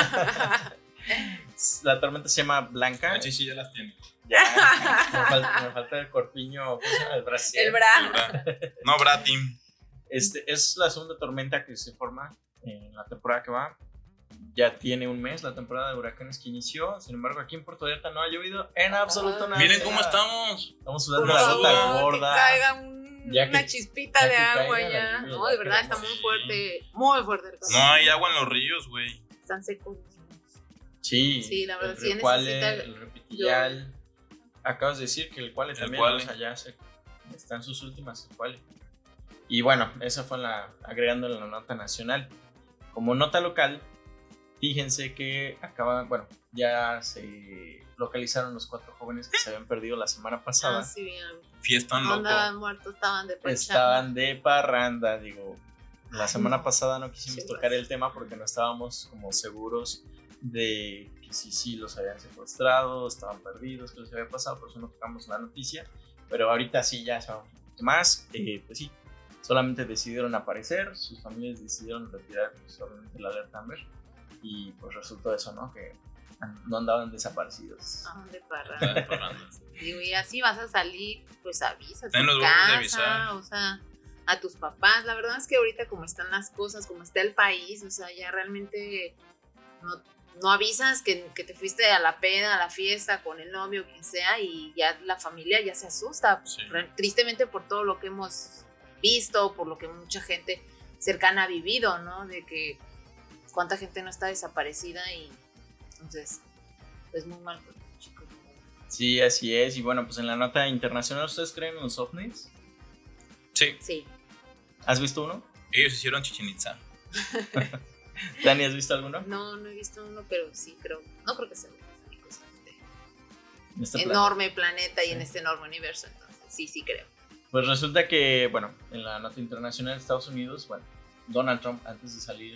La tormenta se llama Blanca. Sí, sí, ya las tiene. Ya, me falta el corpiño, ¿cómo se llama? El brasier. El bra. No, Bratim. Es la segunda tormenta que se forma en la temporada que va. Ya tiene un mes la temporada de huracanes que inició. Sin embargo, aquí en Puerto Vallarta no ha llovido en absoluto nada. Miren cómo estamos. Estamos Por sudando la gota favor, gorda. que caiga Ya que- una chispita ya de que agua caiga la ya. lluvia, No, ya de verdad que- está muy Sí. fuerte. Muy fuerte el calor. No hay agua en los ríos, güey. Están secos. Sí, Sí, la verdad, el sí Recuale, necesita el Repitillal. Acabas de decir que el Cuale también, Cuale. o sea, ya está en sus últimas el Cuale. Y bueno, esa fue agregando la nota nacional. Como nota local, fíjense que ya se localizaron los 4 jóvenes que se habían perdido la semana pasada. Ah, sí, bien. Fiesta No loco. andaban muertos, estaban de pachanga. Estaban de parranda, digo. La semana no. pasada no quisimos Sí, tocar pues. el tema porque no estábamos como seguros de que sí los habían secuestrado, estaban perdidos, que les había pasado, por eso no tocamos la noticia. Pero ahorita sí ya sabemos un poquito más. Pues sí, solamente decidieron aparecer, sus familias decidieron retirar pues, obviamente la alerta Amber. Y pues resultó eso, ¿no? Que no andaban desaparecidos. Estaban de parranda. Está de parranda. Digo, y así vas a salir, pues avisa a Ten tu los huevos de casa, avisar. o sea, a tus papás. La verdad es que ahorita como están las cosas, como está el país, o sea, ya realmente no avisas que te fuiste a la peda, a la fiesta con el novio, quien sea, y ya la familia ya se asusta. Sí. Tristemente por todo lo que hemos visto, por lo que mucha gente cercana ha vivido, ¿no? De que cuánta gente no está desaparecida y entonces es muy mal por los chicos. Sí, así es. Y bueno, pues en la nota internacional, ¿ustedes creen en los ovnis? Sí, Sí. ¿Has visto uno? ellos hicieron Chichén Itzá. Dani, ¿has visto alguno? No he visto uno, pero sí creo. No creo que sea únicos En este enorme planeta y Sí. en este enorme universo. Entonces, sí creo. Pues resulta que, bueno, en la nota internacional de Estados Unidos, bueno, Donald Trump, antes de salir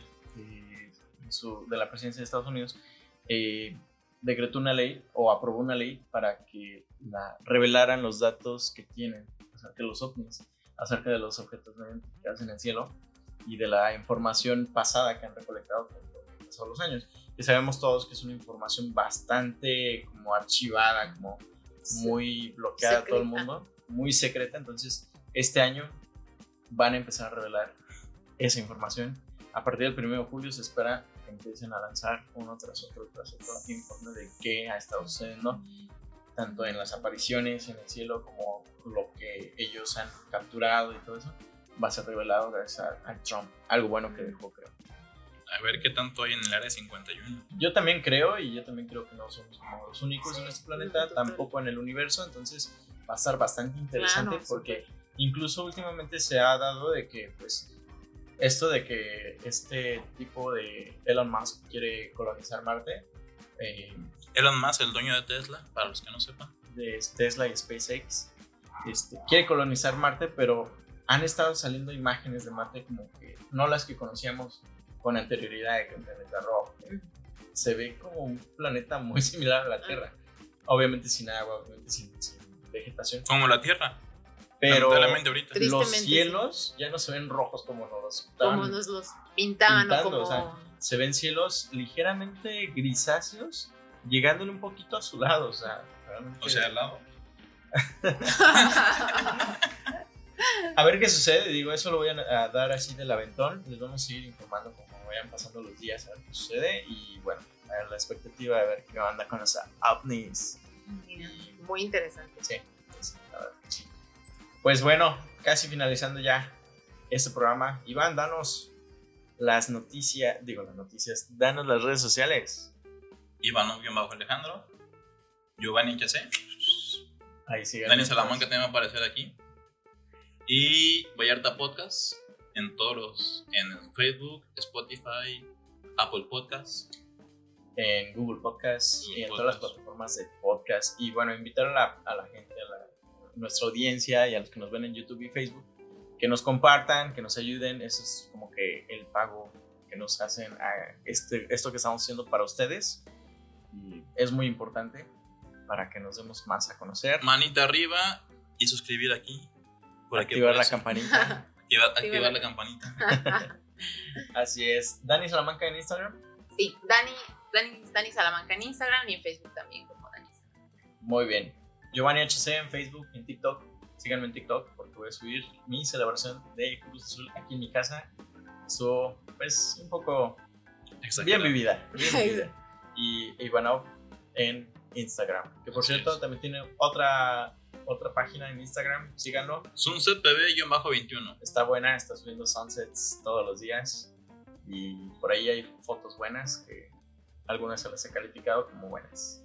de la presidencia de Estados Unidos, decretó una ley o aprobó una ley para que revelaran los datos que tienen acerca de los ovnis, acerca de los objetos no identificados en el cielo y de la información pasada que han recolectado por todos los años. Y sabemos todos que es una información bastante como archivada, como muy bloqueada a todo el Secreta. mundo, muy secreta. Entonces, este año van a empezar a revelar esa información. A partir del 1 de julio se espera que empiecen a lanzar uno tras otro informe de qué ha estado sucediendo, tanto en las apariciones en el cielo como lo que ellos han capturado y todo eso. Va a ser revelado gracias a Trump. Algo bueno que dejó, creo. A ver qué tanto hay en el área 51. Yo también creo, y yo también creo que no somos como los únicos Sí, en este planeta, no, total. tampoco en el universo, entonces va a estar bastante interesante Claro, porque incluso últimamente se ha dado de que, pues, esto de que este tipo de Elon Musk quiere colonizar Marte, Elon Musk, el dueño de Tesla, para los que no sepan. de Tesla y SpaceX, quiere colonizar Marte, pero han estado saliendo imágenes de Marte como que no las que conocíamos con anterioridad de que un planeta rojo. Se ve como un planeta muy similar a la Tierra. Obviamente sin agua, obviamente sin vegetación. Como la Tierra. Pero Lamentablemente ahorita. Tristemente, los cielos ya no se ven rojos como nos estaban Como nos los pintaban pintando, o como... o sea, se ven cielos ligeramente grisáceos, llegándole un poquito azulados. O sea, realmente... O sea, al lado. A ver qué sucede, digo, eso lo voy a dar así del aventón. Les vamos a ir informando como vayan pasando los días, a ver qué sucede. Y bueno, a ver la expectativa de ver qué onda con los ovnis. Muy interesante. Sí, la verdad. Pues bueno, casi finalizando ya este programa. Iván, danos las noticias, danos las redes sociales. Ivano-Alejandro, Giovanni HC, Ahí sigan. Dani Salamanca también va a aparecer aquí. Y Vallarta Podcast en Facebook, Spotify, Apple Podcasts. En Google Podcasts y en Podcast. todas las plataformas de podcast. Y bueno, invitar a la gente, nuestra audiencia y a los que nos ven en YouTube y Facebook, que nos compartan, que nos ayuden. Eso es como que el pago que nos hacen a esto que estamos haciendo para ustedes. Y es muy importante para que nos demos más a conocer. Manita arriba y suscribir aquí. Activar la campanita. Activar la campanita. Así es. Dani Salamanca en Instagram. Sí, Dani Salamanca en Instagram y en Facebook también como Dani Salamanca. Muy bien. Giovanni HC en Facebook, en TikTok. Síganme en TikTok porque voy a subir mi celebración de Cruz Azul aquí en mi casa. Estuvo pues un poco bien vivida. Y Ivanov en Instagram. Que por cierto también tiene otra página en Instagram. Síganlo. SunsetPB-21. Está buena, está subiendo sunsets todos los días. Y por ahí hay fotos buenas que algunas se las he calificado como buenas.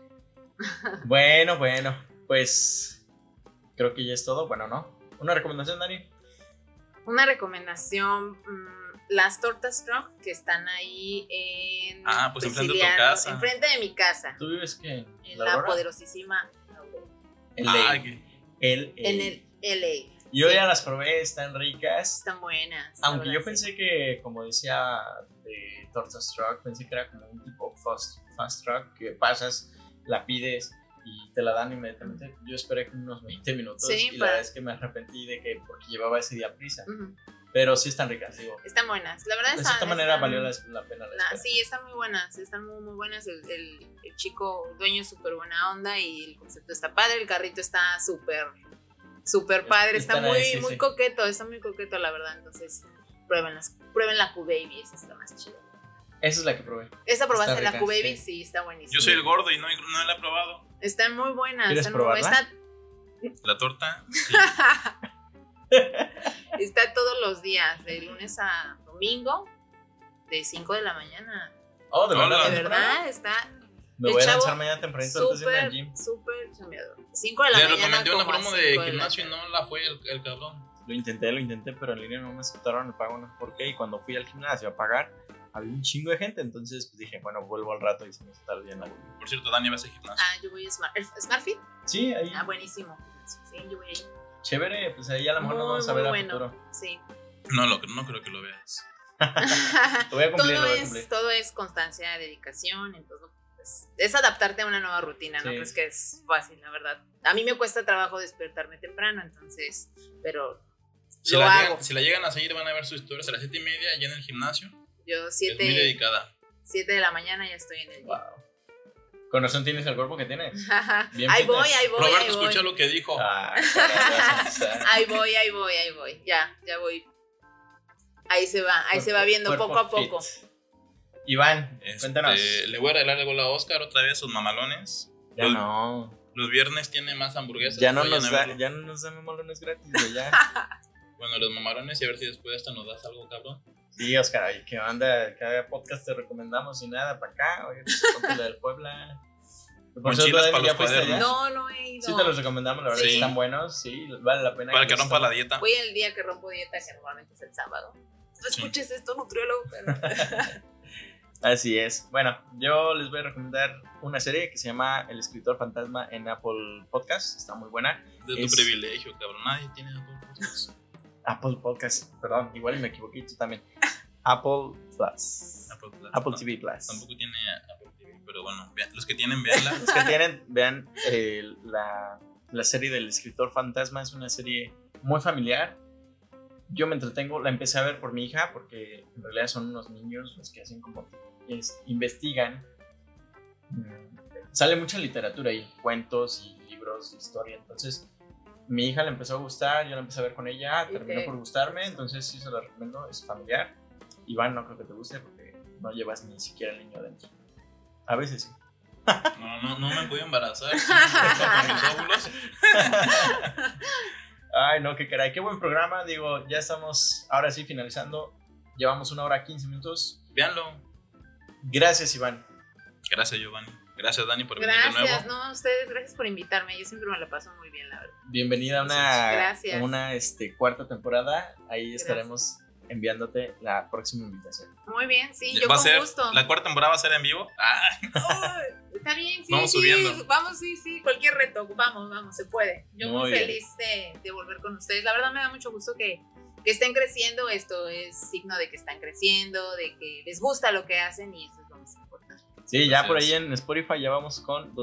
Bueno, pues creo que ya es todo. Bueno, ¿no? ¿Una recomendación, Dani? Una recomendación, las tortas Frog que están ahí en pues enfrente de tu Presidiano, casa. enfrente de mi casa, ¿Tú vives qué? en la poderosísima LA. en el LA. Yo Sí. ya las probé, están ricas. Están buenas. Aunque la yo verdad, pensé que, como decía de Tortas Truck, pensé que era como un tipo fast truck, que pasas, la pides y te la dan inmediatamente. Yo esperé como unos 20 minutos Sí, y la verdad es que me arrepentí de que porque llevaba ese día prisa. Ujú. Pero sí están ricas, digo. Están buenas. La verdad De cierta manera están- valió la pena la espera. Sí, están muy buenas. Están muy, muy buenas. El chico dueño es súper buena onda y el concepto está padre. El carrito está súper padre. Está Están ahí, muy, sí, muy sí. coqueto. Está muy coqueto, la verdad. Entonces, prueben la Q-Baby. Esa está más chida. Esa es la que probé. ¿Esa probaste Está la rica, Q-Baby? sí. Sí, está buenísima. Yo soy el gordo y no la he probado. Están muy buenas. ¿Quieres están muy buenas. probarla? La torta. Sí. Está todos los días, de lunes a domingo, de 5 de la mañana. Oh, de Hola. verdad. De verdad, está Me el voy a chavo lanzar mañana tempranito antes de irme al gym. súper chambeador. 5 de la Le mañana. recomendé una como a promo 5 de la gimnasio y tarde. no la fue el cabrón. Lo intenté, pero en línea no me aceptaron el pago, no sé por qué. Y cuando fui al gimnasio a pagar, había un chingo de gente. Entonces pues dije, bueno, vuelvo al rato y se me está bien la vuelta. Por cierto, Dani va a hacer gimnasio. Yo voy a SmartFit. Sí, ahí. Buenísimo. Sí, yo voy ahí. Chévere, pues ahí a lo mejor nos vamos a ver a futuro. Sí. No creo que lo veas. Lo voy a cumplir, lo voy a cumplir. todo es constancia, dedicación, entonces pues, es adaptarte a una nueva rutina, ¿no? Sí. Pues que es fácil, la verdad. A mí me cuesta trabajo despertarme temprano, entonces, pero Si lo la, hago. llegan, si la llegan a seguir, van a ver sus historias a las 7:30 ya en el gimnasio. Yo Es muy 7 dedicada. de la mañana ya estoy en el Wow. Con razón tienes el cuerpo que tienes. Bien ahí fitness. voy. Roberto, escucha lo que dijo. Ah, caray, o sea, Ahí voy. Ya voy. Ahí se va viendo cuerpo poco a poco. fit. Iván, cuéntanos. Le voy a regalar el gol a Oscar otra vez, sus mamalones. Ya no. Los viernes tiene más hamburguesas. Ya no vayan nos a da, verlo. ya no nos dan mamalones gratis, güey, ya. Bueno, los mamarones y a ver si después hasta nos das algo, cabrón. Sí, Oscar, oye, ¿qué onda? Cada podcast te recomendamos y nada para acá. Oye, pues, ponte la del Puebla. Por Mochilas cierto, Dani, para ¿ya los fuiste cuadernos. allá? No he ido. Sí te los recomendamos, la verdad, Sí. que están buenos. Sí, vale la pena. Para que los rompa la tomen. dieta. Voy el día que rompo dieta, que normalmente es el sábado. No escuches esto, nutriólogo, pero... Así es. Bueno, yo les voy a recomendar una serie que se llama El escritor fantasma en Apple Podcast. Está muy buena. De tu Es- privilegio, cabrón. Nadie tiene Apple Podcasts. Apple Podcast, perdón, igual me equivoqué, tú también. Apple Plus. Apple No, TV Plus. Tampoco tiene Apple TV, pero bueno, los que tienen, véanla. Los que tienen, vean la serie del escritor fantasma. Es una serie muy familiar. Yo me entretengo, la empecé a ver por mi hija, porque en realidad son unos niños los que hacen como investigan. Sale mucha literatura ahí, cuentos y libros, historia. Entonces, mi hija le empezó a gustar, yo la empecé a ver con ella, terminó por gustarme, entonces sí se la recomiendo, es familiar. Iván, no creo que te guste porque no llevas ni siquiera el niño adentro. A veces sí. No me pude embarazar. Con mis óvulos. Ay, no, qué caray, qué buen programa. Digo, ya estamos ahora sí finalizando. Llevamos 1 hora 15 minutos. Véanlo. Gracias, Iván. Gracias, Giovanni. Gracias, Dani, por venir de nuevo. Gracias, no, a ustedes, gracias por invitarme. Yo siempre me la paso muy bien, la verdad. Bienvenida a Gracias. una cuarta temporada. Ahí estaremos enviándote la próxima invitación. Muy bien, sí, yo Va a con ser, gusto. la cuarta temporada va a ser en vivo. Ay, está bien, sí, Vamos sí, subiendo. vamos, sí, cualquier reto, vamos, se puede. Yo muy Muy bien. feliz de volver con ustedes. La verdad me da mucho gusto que estén creciendo. Esto es signo de que están creciendo, de que les gusta lo que hacen y eso es lo más importante. Sí, ya Gracias. por ahí en Spotify ya vamos con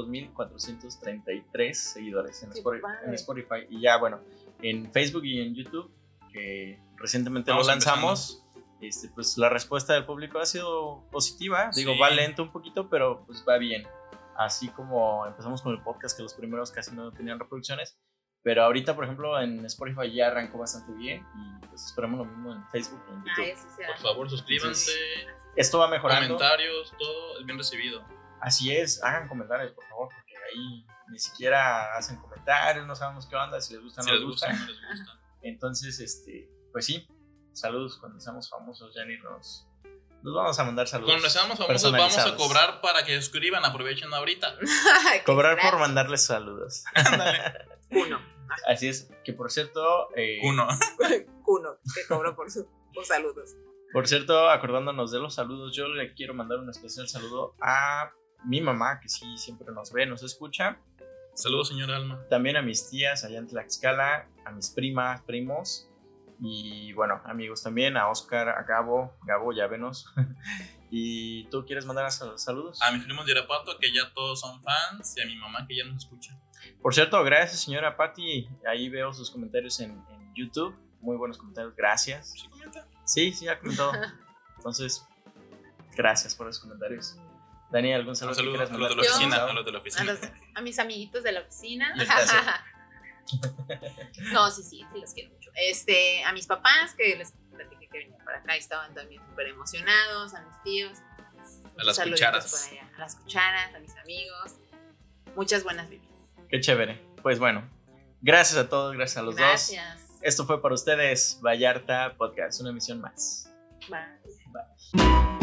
2,433 seguidores en Qué Spotify, padre. en Spotify. Y ya, bueno, en Facebook y en YouTube, que recientemente Vamos lo lanzamos, pues la respuesta del público ha sido positiva. Digo, Sí. va lento un poquito, pero pues va bien. Así como empezamos con el podcast, que los primeros casi no tenían reproducciones. Pero ahorita, por ejemplo, en Spotify ya arrancó bastante bien. Y pues esperamos lo mismo en Facebook y en YouTube. Eso será. Por favor, suscríbanse. Esto va mejorando. Comentarios, todo es bien recibido. Así es, hagan comentarios, por favor, porque ahí ni siquiera hacen comentarios, no sabemos qué onda, si les gusta o Si no les les gusta, gusta. no les gusta. Entonces, pues sí, saludos cuando seamos famosos, ya ni nos vamos a mandar saludos. Cuando seamos famosos, vamos a personalizados. cobrar para que suscriban. Aprovechen ahorita. Ay, qué Cobrar por gracias. mandarles saludos. Ándale. Cuno, Así es, que por cierto, Uno. Cuno, que cobra por saludos. por cierto, acordándonos de los saludos, yo le quiero mandar un especial saludo a mi mamá, que sí siempre nos ve, nos escucha. Saludos, señora Alma. También a mis tías allá en Tlaxcala, a mis primas, primos y bueno, amigos también, a Oscar, a Gabo, ya venos. ¿Y tú quieres mandar saludos? A mis primos de Irapuato, que ya todos son fans, y a mi mamá, que ya nos escucha. Por cierto, gracias señora Patti, ahí veo sus comentarios en YouTube, muy buenos comentarios, gracias. ¿Sí comenta? Sí, ha comentado. Entonces, gracias por esos comentarios. Dani, ¿algún Un saludo que saludo quieras a los de la mandar? oficina. Yo- A los de la oficina. A mis amiguitos de la oficina. Y el taller. No, sí, los quiero mucho. A mis papás, que les platiqué que venían para acá y estaban también súper emocionados, a mis tíos. A las Saluditos cucharas. por allá, a las cucharas, a mis amigos. Muchas buenas vibras. Qué chévere. Pues bueno, gracias a todos, gracias a los dos. Gracias. Esto fue para ustedes Vallarta Podcast, una emisión más. Bye. Bye.